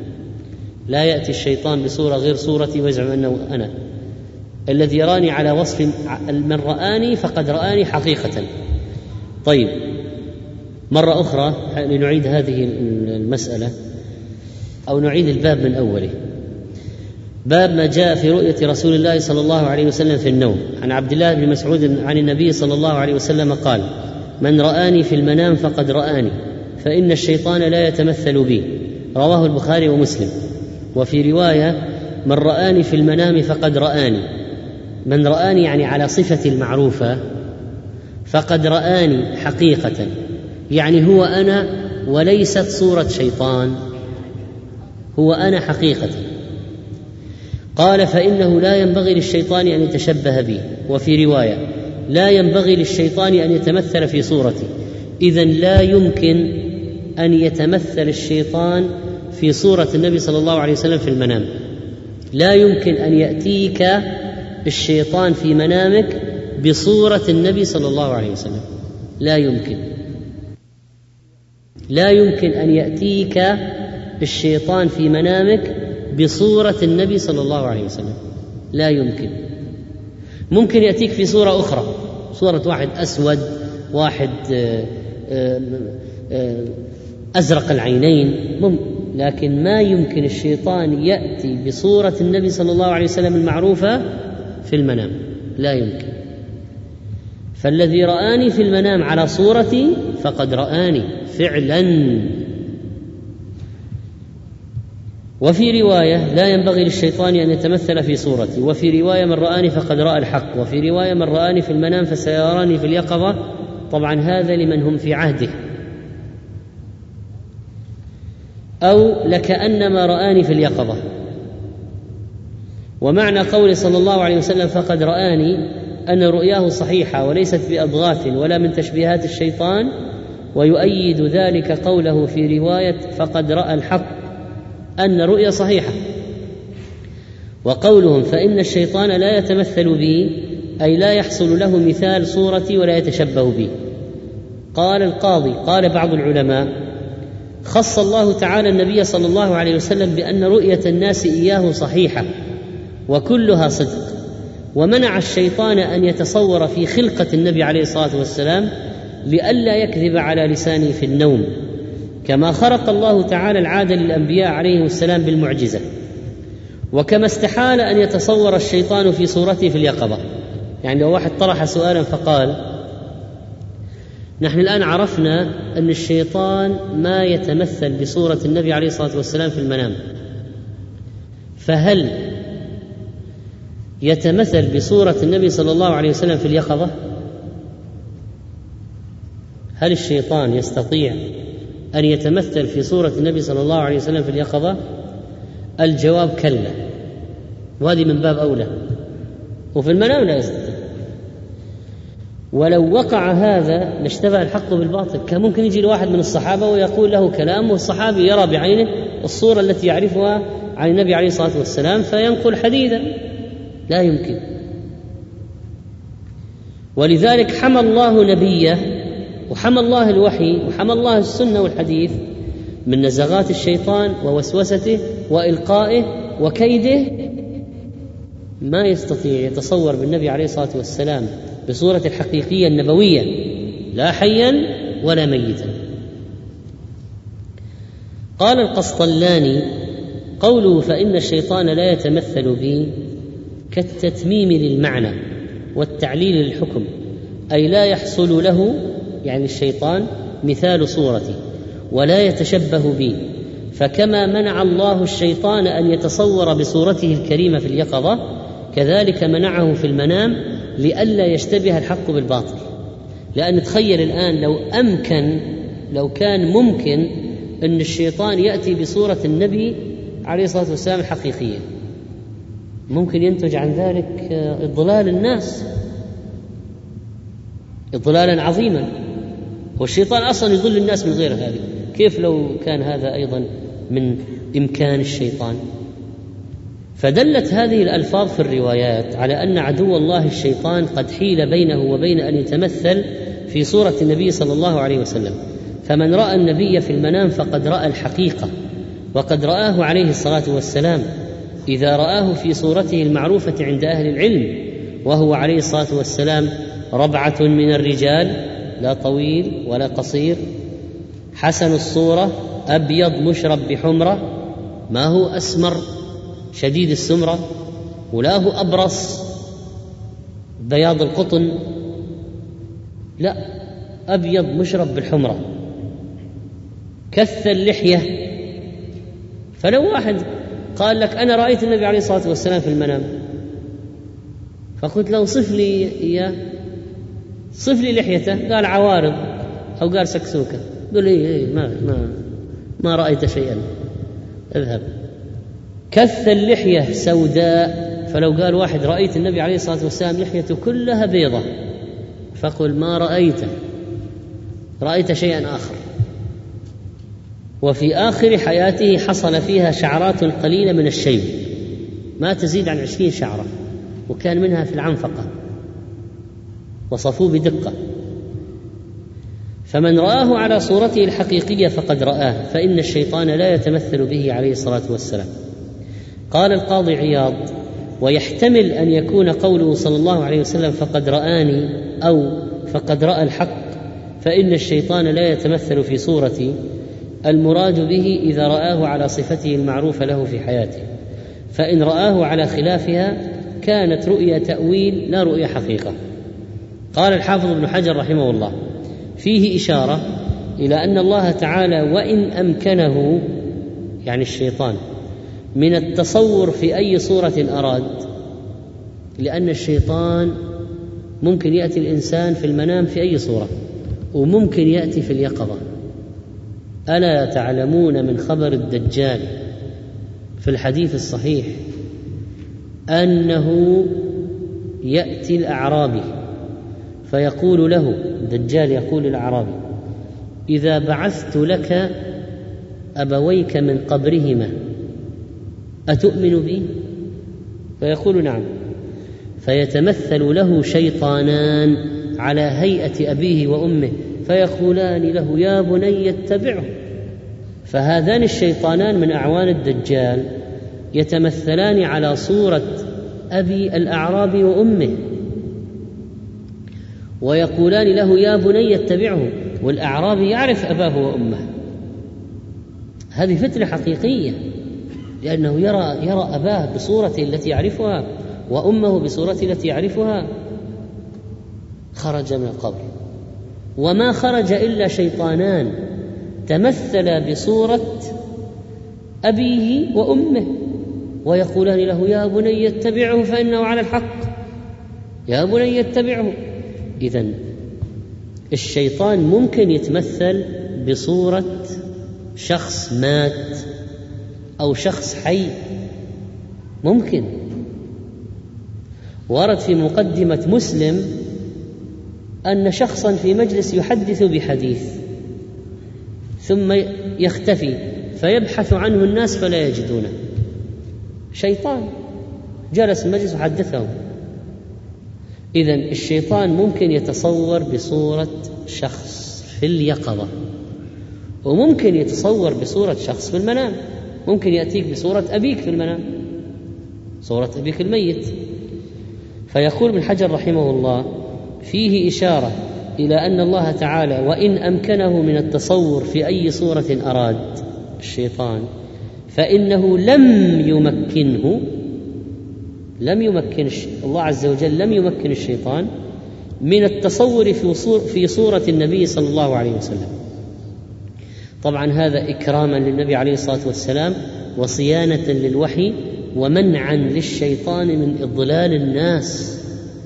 لا يأتي الشيطان بصورة غير صورتي ويزعم أنه أنا. الذي يراني على وصف من رآني فقد رآني حقيقة. طيب، مرة أخرى لنعيد هذه المسألة أو نعيد الباب من أوله. باب ما جاء في رؤية رسول الله صلى الله عليه وسلم في النوم. عن عبد الله بن مسعود عن النبي صلى الله عليه وسلم قال من رآني في المنام فقد رآني فإن الشيطان لا يتمثل بي. رواه البخاري ومسلم. وفي رواية من رآني في المنام فقد رآني، من رآني يعني على صفتي المعروفة، فقد رآني حقيقة، يعني هو أنا وليست صورة شيطان، هو أنا حقيقة. قال فإنه لا ينبغي للشيطان أن يتشبه بي. وفي رواية لا ينبغي للشيطان أن يتمثل في صورتي. إذن لا يمكن أن يتمثل الشيطان في صورة النبي صلى الله عليه وسلم في المنام. لا يمكن أن يأتيك الشيطان في منامك بصورة النبي صلى الله عليه وسلم، لا يمكن. لا يمكن أن يأتيك الشيطان في منامك بصورة النبي صلى الله عليه وسلم، لا يمكن. ممكن يأتيك في صورة أخرى، صورة واحد أسود، واحد أزرق العينين، لكن ما يمكن الشيطان يأتي بصورة النبي صلى الله عليه وسلم المعروفة في المنام، لا يمكن. فالذي رآني في المنام على صورتي فقد رآني فعلا. وفي رواية لا ينبغي للشيطان أن يتمثل في صورتي. وفي رواية من رآني فقد رأى الحق. وفي رواية من رآني في المنام فسيراني في اليقظة. طبعا هذا لمن هم في عهده. أو لكأنما رآني في اليقظة. ومعنى قول صلى الله عليه وسلم فقد رآني أن رؤياه صحيحة وليست بأضغاث ولا من تشبيهات الشيطان. ويؤيد ذلك قوله في رواية فقد رأى الحق أن رؤيا صحيحة. وقولهم فإن الشيطان لا يتمثل بي أي لا يحصل له مثال صورتي ولا يتشبه بي. قال القاضي قال بعض العلماء خص الله تعالى النبي صلى الله عليه وسلم بأن رؤية الناس إياه صحيحة وكلها صدق، ومنع الشيطان أن يتصور في خلقة النبي عليه الصلاة والسلام لئلا يكذب على لسانه في النوم، كما خرق الله تعالى العادة للأنبياء عليهم السلام بالمعجزة، وكما استحال أن يتصور الشيطان في صورته في اليقظة. يعني لو واحد طرح سؤالا فقال نحن الآن عرفنا أن الشيطان ما يتمثل بصورة النبي عليه الصلاة والسلام في المنام، فهل يتمثل بصورة النبي صلى الله عليه وسلم في اليقظة؟ هل الشيطان يستطيع أن يتمثل في صورة النبي صلى الله عليه وسلم في اليقظة؟ الجواب كلا، وهذه من باب أولى، وفي المنام لا يستطيع. ولو وقع هذا لاشتبه الحق بالباطل. كان ممكن يجي لواحد من الصحابة ويقول له كلام والصحابي يرى بعينه الصورة التي يعرفها عن النبي عليه الصلاة والسلام فينقل حديثا، لا يمكن. ولذلك حمى الله نبيه وحمى الله الوحي وحمى الله السنة والحديث من نزغات الشيطان ووسوسته وإلقائه وكيده. ما يستطيع يتصور بالنبي عليه الصلاة والسلام بصورة الحقيقية النبوية لا حيا ولا ميتا. قال القسطلاني: قوله فإن الشيطان لا يتمثل به كالتتميم للمعنى والتعليل للحكم، أي لا يحصل له، يعني الشيطان، مثال صورتي ولا يتشبه بي. فكما منع الله الشيطان أن يتصور بصورته الكريمة في اليقظة، كذلك منعه في المنام لئلا يشتبه الحق بالباطل. لأن تخيل الآن لو أمكن لو كان ممكن أن الشيطان يأتي بصورة النبي عليه الصلاة والسلام الحقيقية، ممكن ينتج عن ذلك إضلال الناس إضلالا عظيما، والشيطان أصلا يضل الناس من غير هذا. كيف لو كان هذا أيضا من إمكان الشيطان؟ فدلت هذه الألفاظ في الروايات على أن عدو الله الشيطان قد حيل بينه وبين أن يتمثل في صورة النبي صلى الله عليه وسلم. فمن رأى النبي في المنام فقد رأى الحقيقة، وقد رآه عليه الصلاة والسلام إذا رآه في صورته المعروفة عند أهل العلم، وهو عليه الصلاة والسلام ربعة من الرجال، لا طويل ولا قصير، حسن الصورة، أبيض مشرب بحمرة، ما هو أسمر شديد السمرة، ولا هو أبرص بياض القطن، لا، أبيض مشرب بالحمرة، كث اللحية. فلو واحد قال لك أنا رأيت النبي عليه الصلاة والسلام في المنام، فقلت له صف لي إياه، صف لي لحيته، قال عوارض أو قال سكسوكة، قل إيه, إيه ما, ما, ما رأيت شيئا، اذهب. كث اللحية سوداء، فلو قال واحد رأيت النبي عليه الصلاة والسلام لحيته كلها بيضة، فقل ما رأيته، رأيت شيئا آخر. وفي آخر حياته حصل فيها شعرات قليلة من الشيب ما تزيد عن عشرين شعرة، وكان منها في العنفقة، وصفوه بدقة. فمن رآه على صورته الحقيقية فقد رآه، فإن الشيطان لا يتمثل به عليه الصلاة والسلام. قال القاضي عياض: ويحتمل أن يكون قوله صلى الله عليه وسلم فقد رآني أو فقد رأى الحق، فإن الشيطان لا يتمثل في صورتي، المراد به إذا رآه على صفته المعروفة له في حياته، فإن رآه على خلافها كانت رؤيا تأويل لا رؤيا حقيقة. قال الحافظ ابن حجر رحمه الله: فيه إشارة إلى أن الله تعالى وإن أمكنه، يعني الشيطان، من التصور في أي صورة أراد، لأن الشيطان ممكن يأتي الإنسان في المنام في أي صورة، وممكن يأتي في اليقظة. ألا تعلمون من خبر الدجال في الحديث الصحيح أنه يأتي الأعرابي فيقول له، الدجال يقول الأعرابي: إذا بعثت لك أبويك من قبرهما أتؤمن بي؟ فيقول نعم. فيتمثل له شيطانان على هيئة أبيه وأمه فيقولان له: يا بني اتبعه. فهذان الشيطانان من أعوان الدجال يتمثلان على صورة أبي الأعرابي وأمه، ويقولان له: يا بني اتبعه، والأعرابي يعرف أباه وأمه. هذه فتنة حقيقية، لأنه يرى, يرى أباه بصورته التي يعرفها وأمه بصورته التي يعرفها. خرج من القبر، وما خرج إلا شيطانان تمثل بصورة أبيه وأمه، ويقولان له: يا بني اتبعه فإنه على الحق، يا بني اتبعه. إذن الشيطان ممكن يتمثل بصورة شخص مات أو شخص حي؟ ممكن. ورد في مقدمة مسلم أن شخصا في مجلس يحدث بحديث ثم يختفي فيبحث عنه الناس فلا يجدونه، شيطان جلس المجلس وحدثهم. إذن الشيطان ممكن يتصور بصورة شخص في اليقظة، وممكن يتصور بصورة شخص في المنام. ممكن يأتيك بصورة أبيك في المنام، صورة أبيك الميت. فيقول ابن حجر رحمه الله: فيه إشارة إلى أن الله تعالى وإن أمكنه من التصور في أي صورة أراد الشيطان، فإنه لم يمكنه لم يمكن الله عز وجل لم يمكن الشيطان من التصور في صورة النبي صلى الله عليه وسلم. طبعا هذا إكراما للنبي عليه الصلاة والسلام وصيانة للوحي ومنعا للشيطان من إضلال الناس.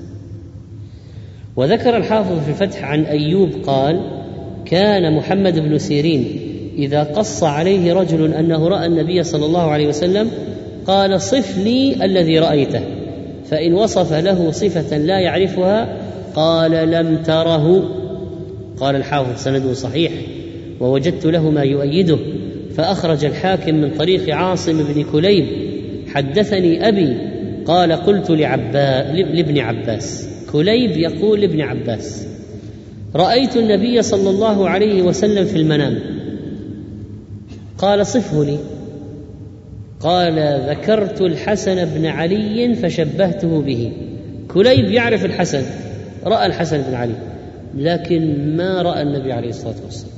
وذكر الحافظ في الفتح عن أيوب قال: كان محمد بن سيرين إذا قص عليه رجل أنه رأى النبي صلى الله عليه وسلم قال: صف لي الذي رأيته، فإن وصف له صفة لا يعرفها قال: لم تره. قال الحافظ: سنده صحيح ووجدت له ما يؤيده. فأخرج الحاكم من طريق عاصم بن كليب: حدثني أبي قال: قلت لعبا... لابن عباس. كليب يقول لابن عباس: رأيت النبي صلى الله عليه وسلم في المنام. قال: صفه لي. قال: ذكرت الحسن بن علي فشبهته به. كليب يعرف الحسن، رأى الحسن بن علي، لكن ما رأى النبي عليه الصلاة والسلام.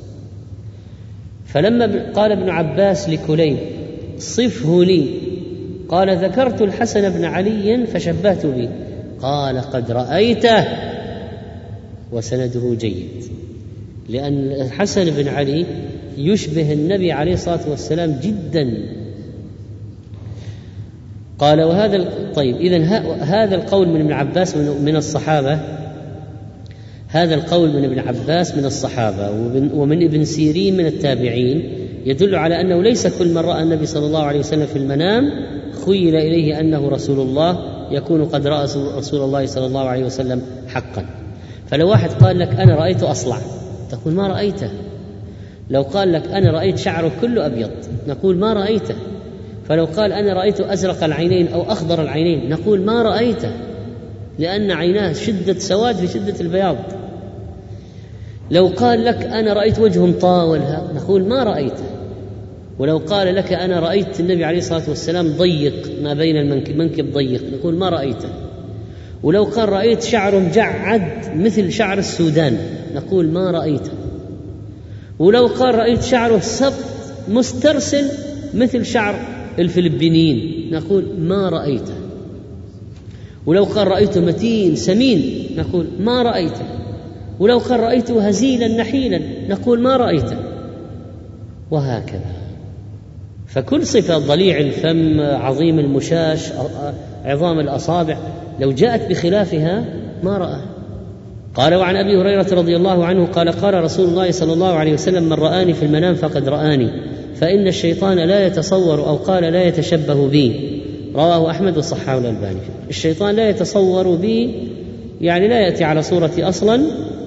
فلما قال ابن عباس لكليب: صفه لي، قال: ذكرت الحسن بن علي فشبهت به. قال: قد رأيته. وسنده جيد، لأن الحسن بن علي يشبه النبي عليه الصلاة والسلام جدا. قال: وهذا طيب إذن هذا القول من ابن عباس من الصحابة هذا القول من ابن عباس من الصحابة ومن ابن سيرين من التابعين يدل على أنه ليس كل من رأى النبي صلى الله عليه وسلم في المنام خيل إليه أنه رسول الله يكون قد رأى رسول الله صلى الله عليه وسلم حقا. فلو واحد قال لك: أنا رأيت أصلع، تقول: ما رأيته. لو قال لك: أنا رأيت شعره كله أبيض، نقول: ما رأيته. فلو قال: أنا رأيت أزرق العينين أو أخضر العينين، نقول: ما رأيته، لأن عيناه شدة سواد في شدة البياض. لو قال لك: أنا رأيت وجه مطاول، نقول: ما رأيته. ولو قال لك: أنا رأيت النبي عليه الصلاة والسلام ضيق ما بين المنكب منكب ضيق، نقول: ما رأيته. ولو قال: رأيت شعره مجعد مثل شعر السودان، نقول: ما رأيته. ولو قال: رأيت شعره سبط مسترسل مثل شعر الفلبينيين، نقول: ما رأيته. ولو قال: رأيته متين سمين، نقول: ما رأيته. ولو قال: رأيته هزيلا نحيلا، نقول: ما رأيته. وهكذا. فكل صفة ضليع الفم، عظيم المشاش، عظام الأصابع، لو جاءت بخلافها ما رأى. قال: وعن أبي هريرة رضي الله عنه قال: قال رسول الله صلى الله عليه وسلم: من رآني في المنام فقد رآني، فإن الشيطان لا يتصور، أو قال: لا يتشبه بي. رواه أحمد وصححه الألباني. الشيطان لا يتصور بي، يعني لا يأتي على صورتي أصلا،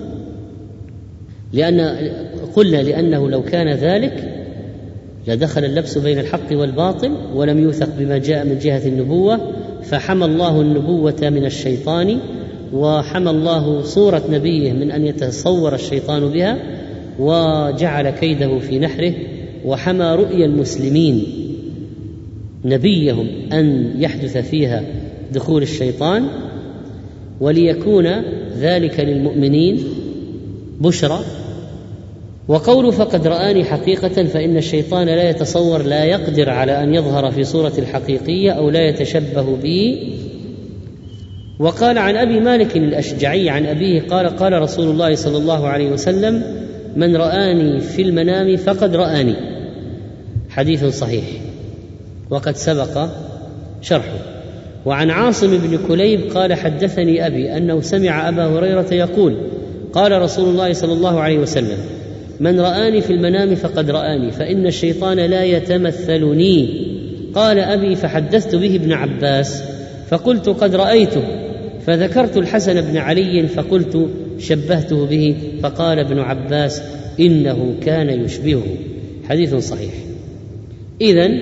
لأن قلنا لأنه لو كان ذلك لدخل اللبس بين الحق والباطل ولم يوثق بما جاء من جهة النبوة، فحمى الله النبوة من الشيطان، وحمى الله صورة نبيه من أن يتصور الشيطان بها، وجعل كيده في نحره، وحمى رؤيا المسلمين نبيهم أن يحدث فيها دخول الشيطان، وليكون ذلك للمؤمنين بشرى. وقول فقد رآني حقيقة، فإن الشيطان لا يتصور، لا يقدر على أن يظهر في صورة الحقيقية أو لا يتشبه به. وقال عن أبي مالك الأشجعي عن أبيه قال: قال رسول الله صلى الله عليه وسلم: من رآني في المنام فقد رآني. حديث صحيح وقد سبق شرحه. وعن عاصم بن كليب قال: حدثني أبي أنه سمع أبا هريرة يقول: قال رسول الله صلى الله عليه وسلم: من رآني في المنام فقد رآني فإن الشيطان لا يتمثلني. قال أبي فحدثت به ابن عباس فقلت قد رأيته، فذكرت الحسن بن علي فقلت شبهته به، فقال ابن عباس إنه كان يشبهه. حديث صحيح. إذن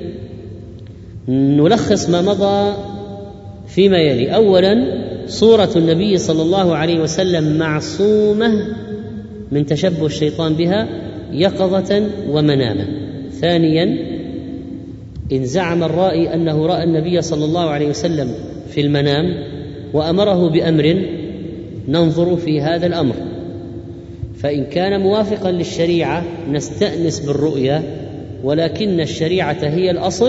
نلخص ما مضى فيما يلي. أولا، صورة النبي صلى الله عليه وسلم معصومة من تشبه الشيطان بها يقظة ومناما. ثانيا، إن زعم الرائي أنه رأى النبي صلى الله عليه وسلم في المنام وأمره بأمر، ننظر في هذا الأمر، فإن كان موافقا للشريعة نستأنس بالرؤيا، ولكن الشريعة هي الأصل،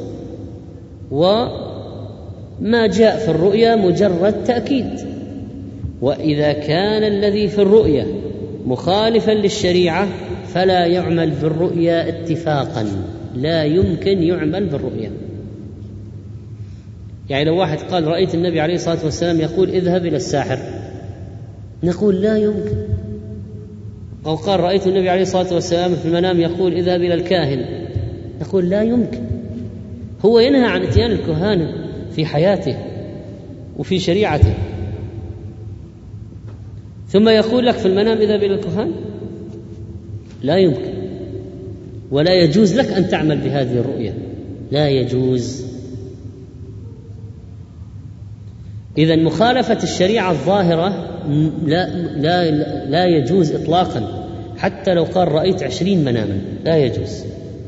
وما جاء في الرؤيا مجرد تأكيد. وإذا كان الذي في الرؤيا مخالفا للشريعة فلا يعمل بالرؤيا اتفاقا، لا يمكن يعمل بالرؤيا. يعني لو واحد قال رأيت النبي عليه الصلاة والسلام يقول اذهب إلى الساحر، نقول لا يمكن. أو قال رأيت النبي عليه الصلاة والسلام في المنام يقول اذهب إلى الكاهن، نقول لا يمكن. هو ينهى عن اتيان الكهانة في حياته وفي شريعته، ثم يقول لك في المنام اذهب إلى الكهان؟ لا يمكن، ولا يجوز لك أن تعمل بهذه الرؤية، لا يجوز. إذن مخالفة الشريعة الظاهرة لا, لا, لا يجوز إطلاقا، حتى لو قال رأيت عشرين مناما لا يجوز.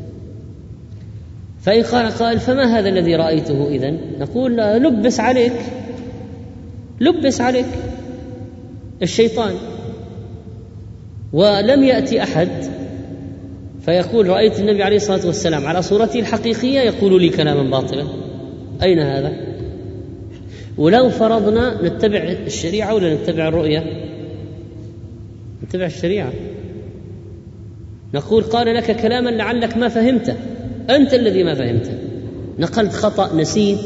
فإن قال قائل فما هذا الذي رأيته إذن؟ نقول لا، لبس عليك لبس عليك الشيطان. ولم يأتي أحد فيقول رأيت النبي عليه الصلاة والسلام على صورته الحقيقية يقول لي كلاما باطلا، أين هذا؟ ولو فرضنا نتبع الشريعة ولا نتبع الرؤية؟ نتبع الشريعة. نقول قال لك كلاما لعلك ما فهمته، أنت الذي ما فهمته، نقلت خطأ، نسيت.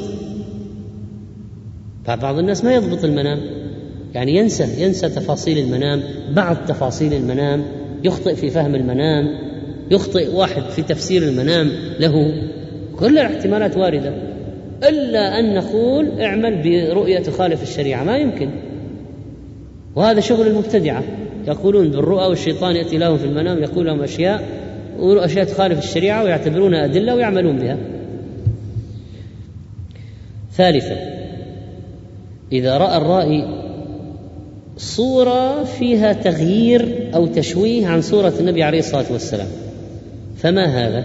فبعض الناس ما يضبط المنام، يعني ينسى ينسى تفاصيل المنام، بعض تفاصيل المنام، يخطئ في فهم المنام، يخطئ واحد في تفسير المنام له. كل الاحتمالات واردة، إلا أن نقول اعمل برؤية تخالف الشريعة، ما يمكن. وهذا شغل المبتدعة، يقولون بالرؤى والشيطان يأتي لهم في المنام يقول لهم أشياء وأشياء تخالف الشريعة ويعتبرونها أدلة ويعملون بها. ثالثا، إذا رأى الرائي صورة فيها تغيير أو تشويه عن صورة النبي عليه الصلاة والسلام، فما هذا؟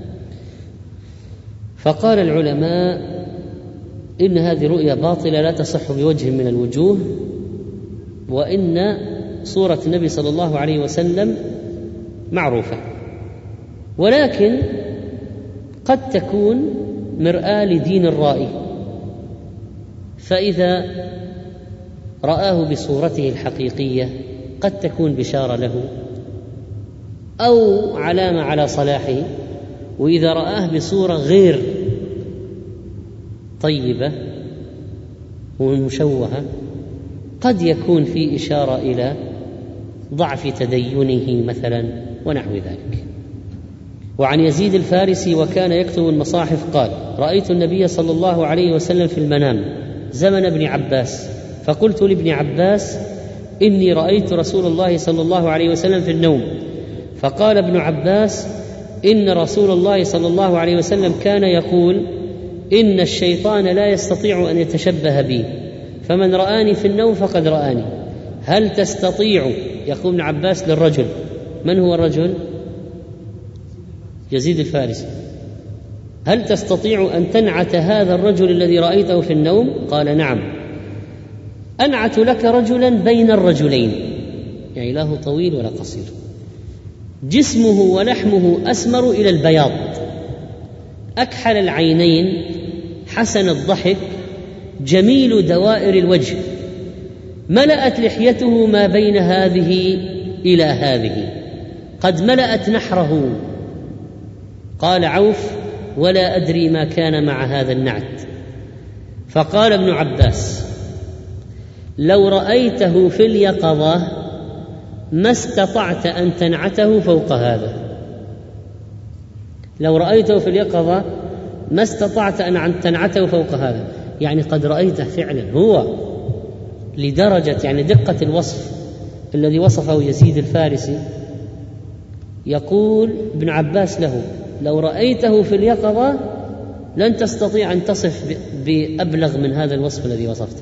فقال العلماء إن هذه رؤيا باطلة لا تصح بوجه من الوجوه، وإن صورة النبي صلى الله عليه وسلم معروفة، ولكن قد تكون مرآة لدين الرائي، فإذا رآه بصورته الحقيقية قد تكون بشارة له أو علامة على صلاحه، وإذا رآه بصورة غير طيبة ومشوهة قد يكون في إشارة إلى ضعف تدينه مثلا ونحو ذلك. وعن يزيد الفارسي وكان يكتب المصاحف قال رأيت النبي صلى الله عليه وسلم في المنام زمن ابن عباس، فقلت لابن عباس إني رأيت رسول الله صلى الله عليه وسلم في النوم، فقال ابن عباس إن رسول الله صلى الله عليه وسلم كان يقول إن الشيطان لا يستطيع أن يتشبه بي، فمن رآني في النوم فقد رآني. هل تستطيع، يقول ابن عباس للرجل، من هو الرجل؟ يزيد الفارسي، هل تستطيع أن تنعت هذا الرجل الذي رأيته في النوم؟ قال نعم، أنعت لك رجلا بين الرجلين، يعني لا هو طويل ولا قصير، جسمه ولحمه أسمر إلى البياض، أكحل العينين، حسن الضحك، جميل دوائر الوجه، ملأت لحيته ما بين هذه إلى هذه، قد ملأت نحره. قال عوف ولا أدري ما كان مع هذا النعت. فقال ابن عباس لو رأيته في اليقظة ما استطعت أن تنعته فوق هذا. لو رأيته في اليقظة ما استطعت أن تنعته فوق هذا، يعني قد رأيته فعلا هو لدرجة يعني دقة الوصف الذي وصفه يزيد الفارسي. يقول ابن عباس له: لو رأيته في اليقظة لن تستطيع أن تصف بأبلغ من هذا الوصف الذي وصفته.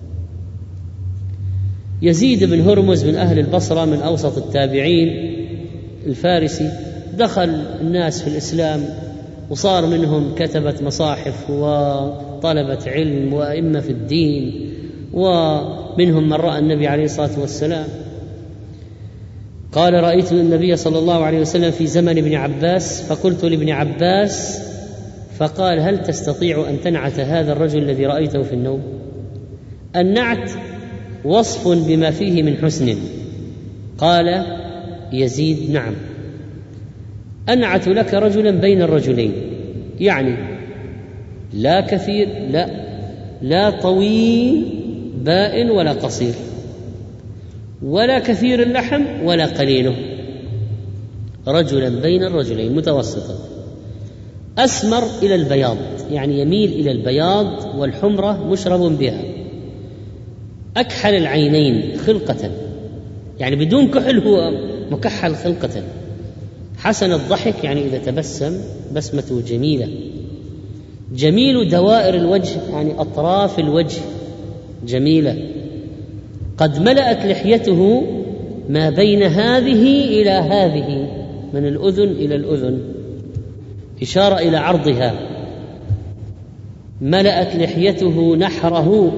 يزيد بن هرمز من أهل البصرة من أوسط التابعين الفارسي، دخل الناس في الإسلام وصار منهم كتبة مصاحف وطلبة علم وأئمة في الدين، ومنهم من رأى النبي عليه الصلاة والسلام. قال: رأيت النبي صلى الله عليه وسلم في زمن ابن عباس فقلت لابن عباس فقال: هل تستطيع أن تنعت هذا الرجل الذي رأيته في النوم؟ النعت وصف بما فيه من حسن. قال يزيد: نعم، أنعت لك رجلا بين الرجلين، يعني لا كثير لا لا طويل بائن ولا قصير، ولا كثير اللحم ولا قليله، رجلا بين الرجلين متوسطا، أسمر إلى البياض، يعني يميل إلى البياض والحمرة مشرب بها، أكحل العينين خلقة، يعني بدون كحل هو مكحل خلقة، حسن الضحك، يعني إذا تبسم بسمته جميلة، جميل دوائر الوجه، يعني أطراف الوجه جميلة، قد ملأت لحيته ما بين هذه إلى هذه، من الأذن إلى الأذن، إشارة إلى عرضها، ملأت لحيته نحره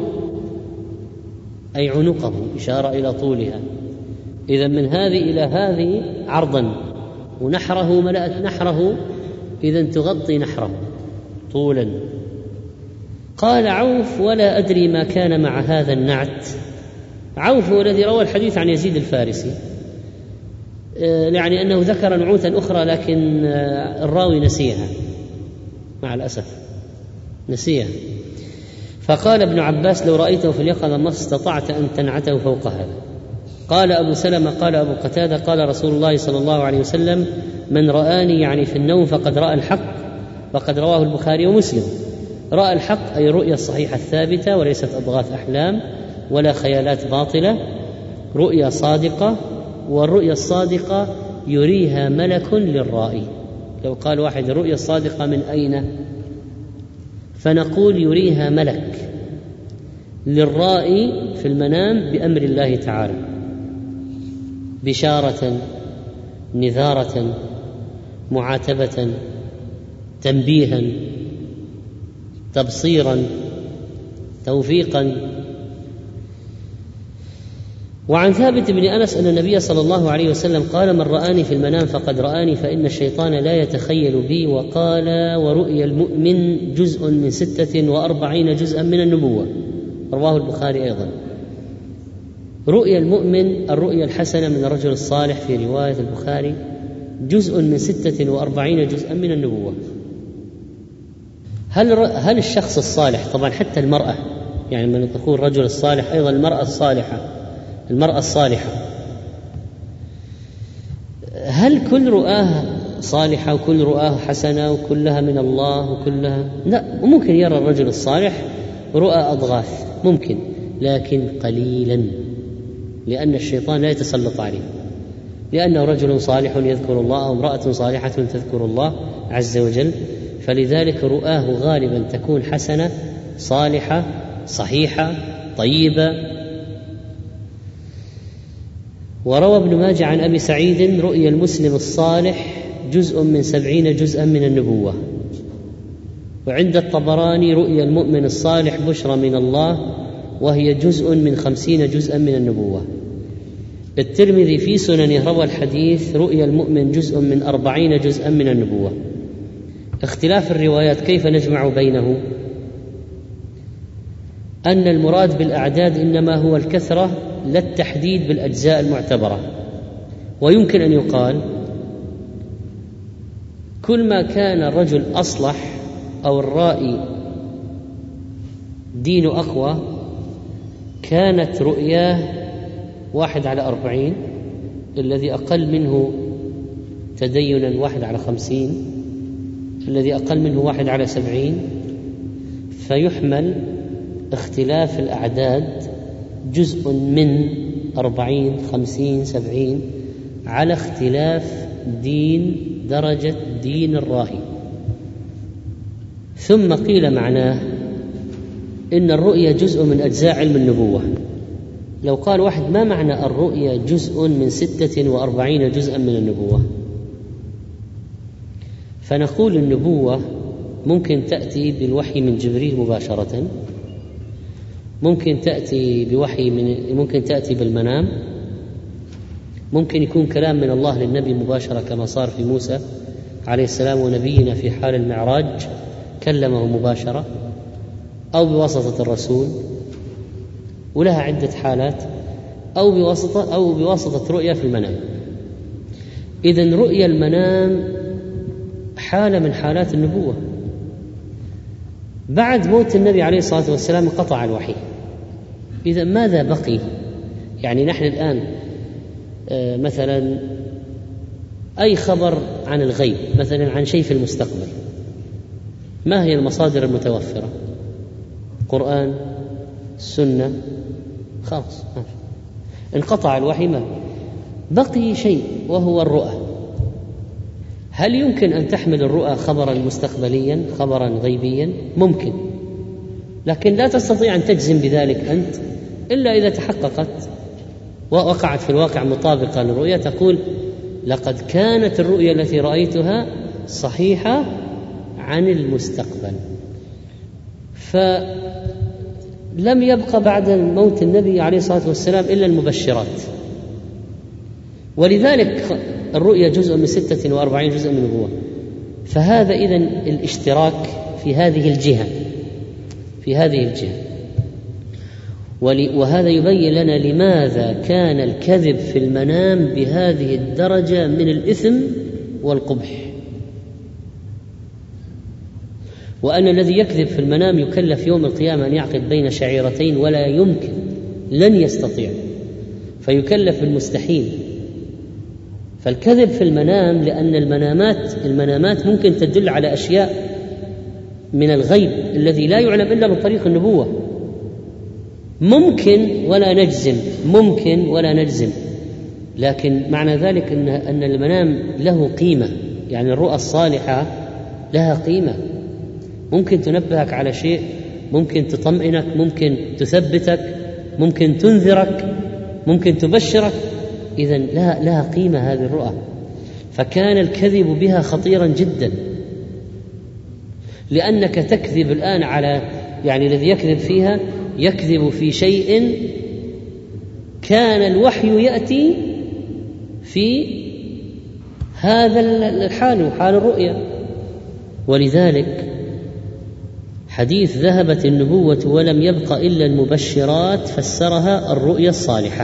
أي عنقه، إشارة إلى طولها، إذا من هذه إلى هذه عرضا، ونحره ملأت نحره، إذا تغطي نحره طولا. قال عوف: ولا أدري ما كان مع هذا النعت. عوف هو الذي روى الحديث عن يزيد الفارسي، يعني أنه ذكر نعوتا أخرى لكن الراوي نسيها مع الأسف، نسيها. فقال ابن عباس: لو رأيته في اليقظة ما استطعت أن تنعته فوق هذا. قال أبو سلمة: قال أبو قتادة: قال رسول الله صلى الله عليه وسلم: من رآني يعني في النوم فقد رأى الحق. وقد رواه البخاري ومسلم. رأى الحق أي الرؤيا الصحيحة الثابتة، وليست أضغاث أحلام ولا خيالات باطلة، رؤيا صادقة، والرؤيا الصادقة يريها ملك للرائي. لو قال واحد: الرؤيا الصادقة من أين؟ فنقول: يريها ملك للرائي في المنام بأمر الله تعالى، بشارة، نذارة، معاتبة، تنبيها، تبصيرا، توفيقا. وعن ثابت بن أنس أن النبي صلى الله عليه وسلم قال: من رآني في المنام فقد رآني، فإن الشيطان لا يتخيل بي. وقال: ورؤيا المؤمن جزء من ستة وأربعين جزءا من النبوة. رواه البخاري أيضا. رؤيا المؤمن الرؤيا الحسنة من الرجل الصالح في رواية البخاري جزء من ستة وأربعين جزءا من النبوة. هل هل الشخص الصالح، طبعا حتى المرأة، يعني من تقول الرجل الصالح أيضا المرأة الصالحة، المرأة الصالحة، هل كل رؤاه صالحة وكل رؤاه حسنة وكلها من الله وكلها؟ لا، وممكن يرى الرجل الصالح رؤى أضغاث، ممكن، لكن قليلا، لأن الشيطان لا يتسلط عليه، لأنه رجل صالح يذكر الله أو امرأة صالحة تذكر الله عز وجل، فلذلك رؤاه غالبا تكون حسنة صالحة صحيحة طيبة. وروى ابن ماجه عن أبي سعيد: رؤيا المسلم الصالح جزء من سبعين جزءا من النبوة. وعند الطبراني: رؤيا المؤمن الصالح بشرى من الله، وهي جزء من خمسين جزءا من النبوة. الترمذي في سننه روى الحديث: رؤيا المؤمن جزء من أربعين جزءا من النبوة. اختلاف الروايات كيف نجمع بينه؟ أن المراد بالأعداد إنما هو الكثرة لا التحديد بالأجزاء المعتبرة. ويمكن أن يقال: كل ما كان الرجل أصلح أو الرائي دين أقوى كانت رؤياه واحد على أربعين، الذي أقل منه تدينا واحد على خمسين، الذي أقل منه واحد على سبعين، فيحمل اختلاف الأعداد جزء من أربعين خمسين سبعين على اختلاف دين درجة دين الراهي. ثم قيل معناه إن الرؤية جزء من أجزاء علم النبوة. لو قال واحد ما معنى الرؤية جزء من ستة وأربعين جزءا من النبوة، فنقول النبوة ممكن تأتي بالوحي من جبريل مباشرة، ممكن تأتي بوحي من ممكن تأتي بالمنام، ممكن يكون كلام من الله للنبي مباشرة كما صار في موسى عليه السلام ونبينا في حال المعراج كلمه مباشرة، أو بواسطة الرسول، ولها عدة حالات، أو بواسطة أو بواسطة رؤيا في المنام. إذن رؤيا المنام حالة من حالات النبوة. بعد موت النبي عليه الصلاة والسلام انقطع الوحي. إذا ماذا بقي؟ يعني نحن الآن مثلا أي خبر عن الغيب، مثلا عن شيء في المستقبل، ما هي المصادر المتوفرة؟ قرآن، السنة، خلاص انقطع الوحي. ما بقي شيء وهو الرؤى. هل يمكن أن تحمل الرؤى خبرا مستقبليا، خبرا غيبيا؟ ممكن، لكن لا تستطيع أن تجزم بذلك أنت إلا إذا تحققت ووقعت في الواقع مطابقة للرؤية، تقول لقد كانت الرؤيا التي رأيتها صحيحة عن المستقبل. فلم يبقى بعد موت النبي عليه الصلاة والسلام إلا المبشرات، ولذلك الرؤيا جزء من ستة وأربعين جزء من النبوة. فهذا إذن الاشتراك في هذه الجهة في هذه الجهة وهذا يبين لنا لماذا كان الكذب في المنام بهذه الدرجة من الإثم والقبح، وأن الذي يكذب في المنام يكلف يوم القيامة أن يعقد بين شعيرتين ولا يمكن، لن يستطيع، فيكلف بالمستحيل. فالكذب في المنام، لأن المنامات المنامات ممكن تدل على أشياء من الغيب الذي لا يعلم إلا من طريق النبوة. ممكن ولا نجزم، ممكن ولا نجزم، لكن معنى ذلك أن أن المنام له قيمة. يعني الرؤى الصالحة لها قيمة، ممكن تنبهك على شيء، ممكن تطمئنك، ممكن تثبتك، ممكن تنذرك، ممكن تبشرك. إذن لها لها قيمة هذه الرؤى. فكان الكذب بها خطيرا جدا، لأنك تكذب الآن على يعني الذي يكذب فيها يكذب في شيء كان الوحي يأتي في هذا الحال وحال الرؤيا. ولذلك حديث ذهبت النبوة ولم يبق إلا المبشرات فسرها الرؤيا الصالحة.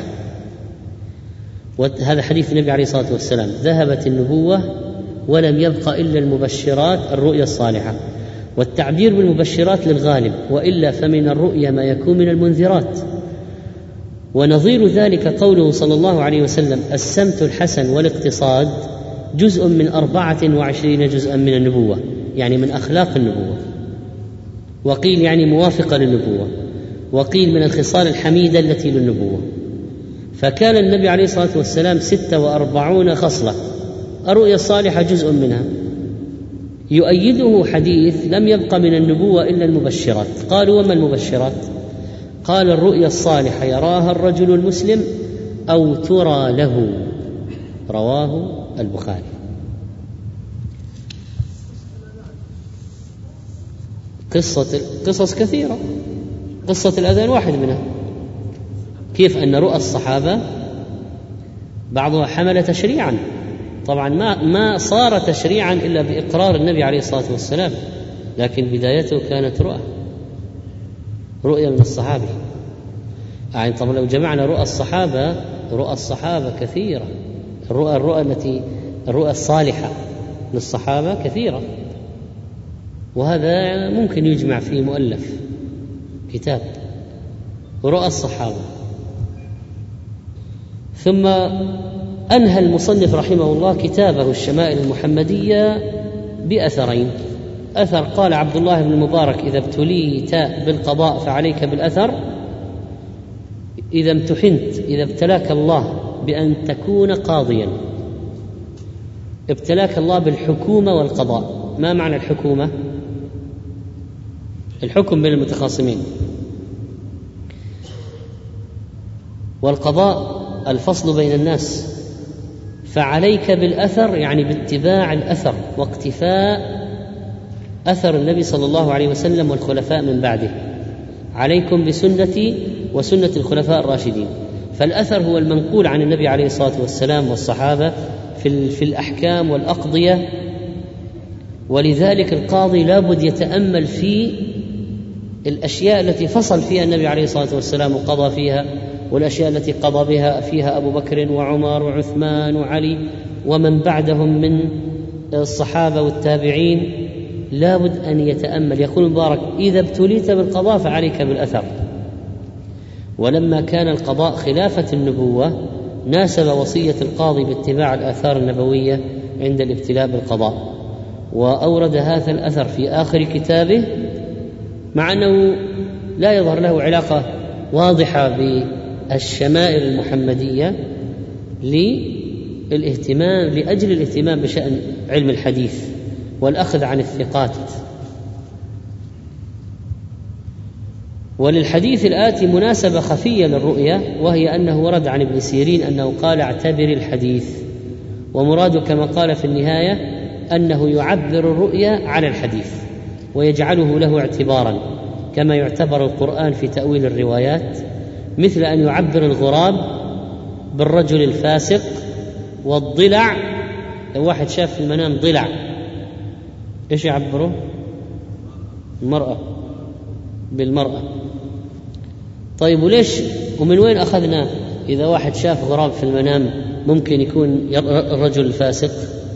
وهذا حديث النبي عليه الصلاة والسلام، ذهبت النبوة ولم يبق إلا المبشرات الرؤيا الصالحة. والتعبير بالمبشرات للغالب، وإلا فمن الرؤيا ما يكون من المنذرات. ونظير ذلك قوله صلى الله عليه وسلم: السمت الحسن والاقتصاد جزء من أربعة وعشرين جزءا من النبوة، يعني من أخلاق النبوة. وقيل يعني موافقة للنبوة، وقيل من الخصال الحميدة التي للنبوة. فكان النبي عليه الصلاة والسلام ستة وأربعون خصلة، الرؤيا الصالحة جزء منها. يؤيده حديث: لم يبق من النبوة إلا المبشرات. قالوا: وما المبشرات؟ قال: الرؤيا الصالحة يراها الرجل المسلم أو ترى له. رواه البخاري. قصة قصص كثيرة، قصة الأذان واحد منها. كيف أن رؤى الصحابة بعضها حمل تشريعا، طبعا ما ما صار تشريعا إلا بإقرار النبي عليه الصلاة والسلام، لكن بدايته كانت رؤى رؤيا من الصحابة. يعني طبعا لو جمعنا رؤى الصحابة، رؤى الصحابة كثيرة، الرؤى الرؤى التي الرؤى الصالحة للصحابة كثيرة، وهذا ممكن يجمع فيه مؤلف كتاب رؤى الصحابة. ثم أنهى المصنف رحمه الله كتابه الشمائل المحمدية بأثرين. أثر قال عبد الله بن المبارك: إذا ابتليت بالقضاء فعليك بالأثر. إذا امتحنت، إذا ابتلاك الله بأن تكون قاضيا، ابتلاك الله بالحكومة والقضاء. ما معنى الحكومة؟ الحكم بين المتخاصمين، والقضاء الفصل بين الناس. فعليك بالأثر يعني باتباع الأثر واقتفاء أثر النبي صلى الله عليه وسلم والخلفاء من بعده. عليكم بسنتي وسنة الخلفاء الراشدين. فالأثر هو المنقول عن النبي عليه الصلاة والسلام والصحابة في, في الأحكام والأقضية. ولذلك القاضي لابد يتأمل في الأشياء التي فصل فيها النبي عليه الصلاة والسلام وقضى فيها، والأشياء التي قضى بها فيها أبو بكر وعمر وعثمان وعلي ومن بعدهم من الصحابة والتابعين. لابد أن يتأمل. يقول مبارك: إذا ابتليت بالقضاء فعليك بالأثر. ولما كان القضاء خلافة النبوة ناسب وصية القاضي باتباع الآثار النبوية عند الابتلاء بالقضاء، وأورد هذا الأثر في آخر كتابه، مع أنه لا يظهر له علاقة واضحة بالشمائل المحمدية، للاهتمام لأجل الاهتمام بشأن علم الحديث والأخذ عن الثقات. وللحديث الآتي مناسبة خفية للرؤية، وهي أنه ورد عن ابن سيرين أنه قال: اعتبر الحديث. ومراد كما قال في النهاية أنه يعبر الرؤية على الحديث ويجعله له اعتبارا، كما يعتبر القرآن في تأويل الروايات، مثل أن يعبر الغراب بالرجل الفاسق، والضلع. لو واحد شاف في المنام ضلع إيش يعبره؟ المرأة بالمرأة. طيب وليش ومن وين أخذنا إذا واحد شاف غراب في المنام ممكن يكون الرجل الفاسق؟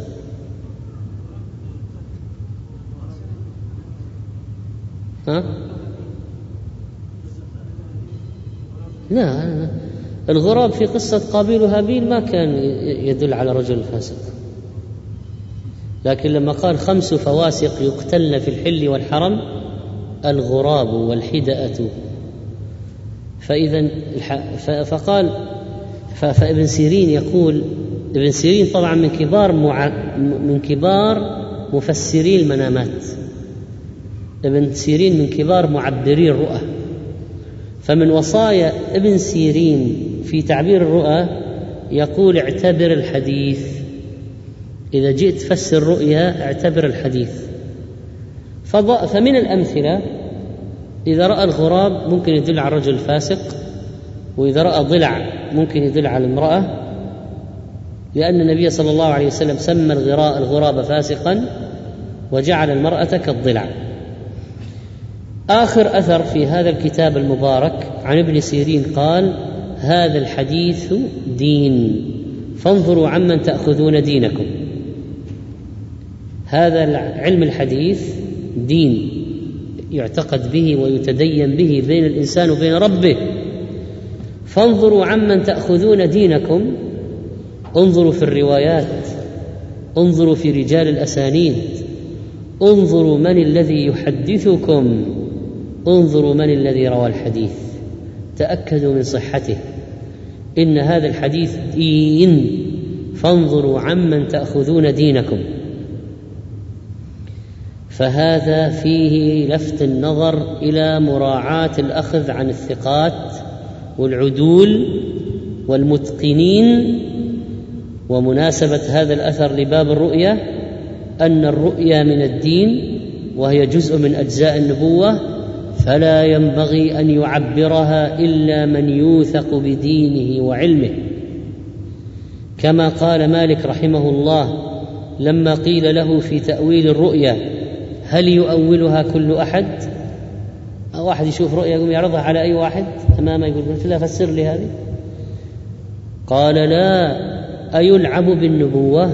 ها؟ لا، الغراب في قصة قابيل وهابيل ما كان يدل على رجل فاسق، لكن لما قال: خمس فواسق يقتلن في الحل والحرم، الغراب والحدأة. فإذا فقال فابن سيرين يقول، ابن سيرين طبعا من كبار مع من كبار مفسري المنامات، ابن سيرين من كبار معبري الرؤى. فمن وصايا ابن سيرين في تعبير الرؤى يقول: اعتبر الحديث. إذا جئت تفسر رؤيا اعتبر الحديث. فمن الأمثلة إذا رأى الغراب ممكن يدل على الرجل الفاسق، وإذا رأى ضلع ممكن يدل على المرأة، لأن النبي صلى الله عليه وسلم سمى الغراب فاسقا وجعل المرأة كالضلع. آخر أثر في هذا الكتاب المبارك عن ابن سيرين قال: هذا الحديث دين فانظروا عمن تأخذون دينكم. هذا علم الحديث دين يعتقد به ويتدين به بين الإنسان وبين ربه. فانظروا عمن تأخذون دينكم، انظروا في الروايات، انظروا في رجال الأسانيد، انظروا من الذي يحدثكم، انظروا من الذي روى الحديث، تأكدوا من صحته. إن هذا الحديث دين فانظروا عمن تأخذون دينكم. فهذا فيه لفت النظر إلى مراعاة الأخذ عن الثقات والعدول والمتقنين. ومناسبة هذا الأثر لباب الرؤية أن الرؤيا من الدين وهي جزء من أجزاء النبوة، فلا ينبغي أن يعبرها إلا من يوثق بدينه وعلمه. كما قال مالك رحمه الله لما قيل له في تأويل الرؤيا: هل يؤولها كل أحد؟ أو واحد يشوف رؤيا يقوم يعرضها على أي واحد أمامه يقول: لا فسر لي هذه. قال: لا، أيلعب بالنبوة؟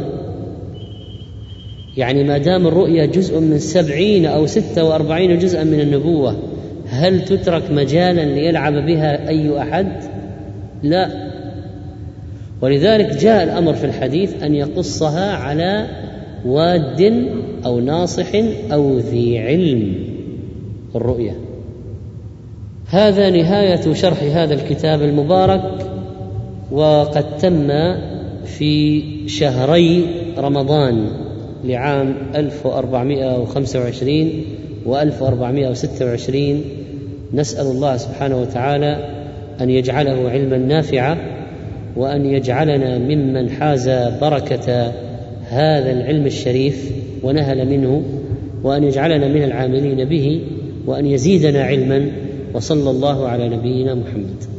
يعني ما دام الرؤيا جزء من سبعين أو ستة وأربعين جزءا من النبوة، هل تترك مجالا ليلعب بها أي أحد؟ لا. ولذلك جاء الأمر في الحديث أن يقصها على واد أو ناصح أو ذي علم الرؤية. هذا نهاية شرح هذا الكتاب المبارك، وقد تم في شهري رمضان لعام ألف وأربعمائة وخمسة وعشرين وألف وأربعمائة وستة وعشرين. نسأل الله سبحانه وتعالى أن يجعله علما نافعا، وأن يجعلنا ممن حاز بركة هذا العلم الشريف ونهل منه، وأن يجعلنا من العاملين به، وأن يزيدنا علما. وصلى الله على نبينا محمد.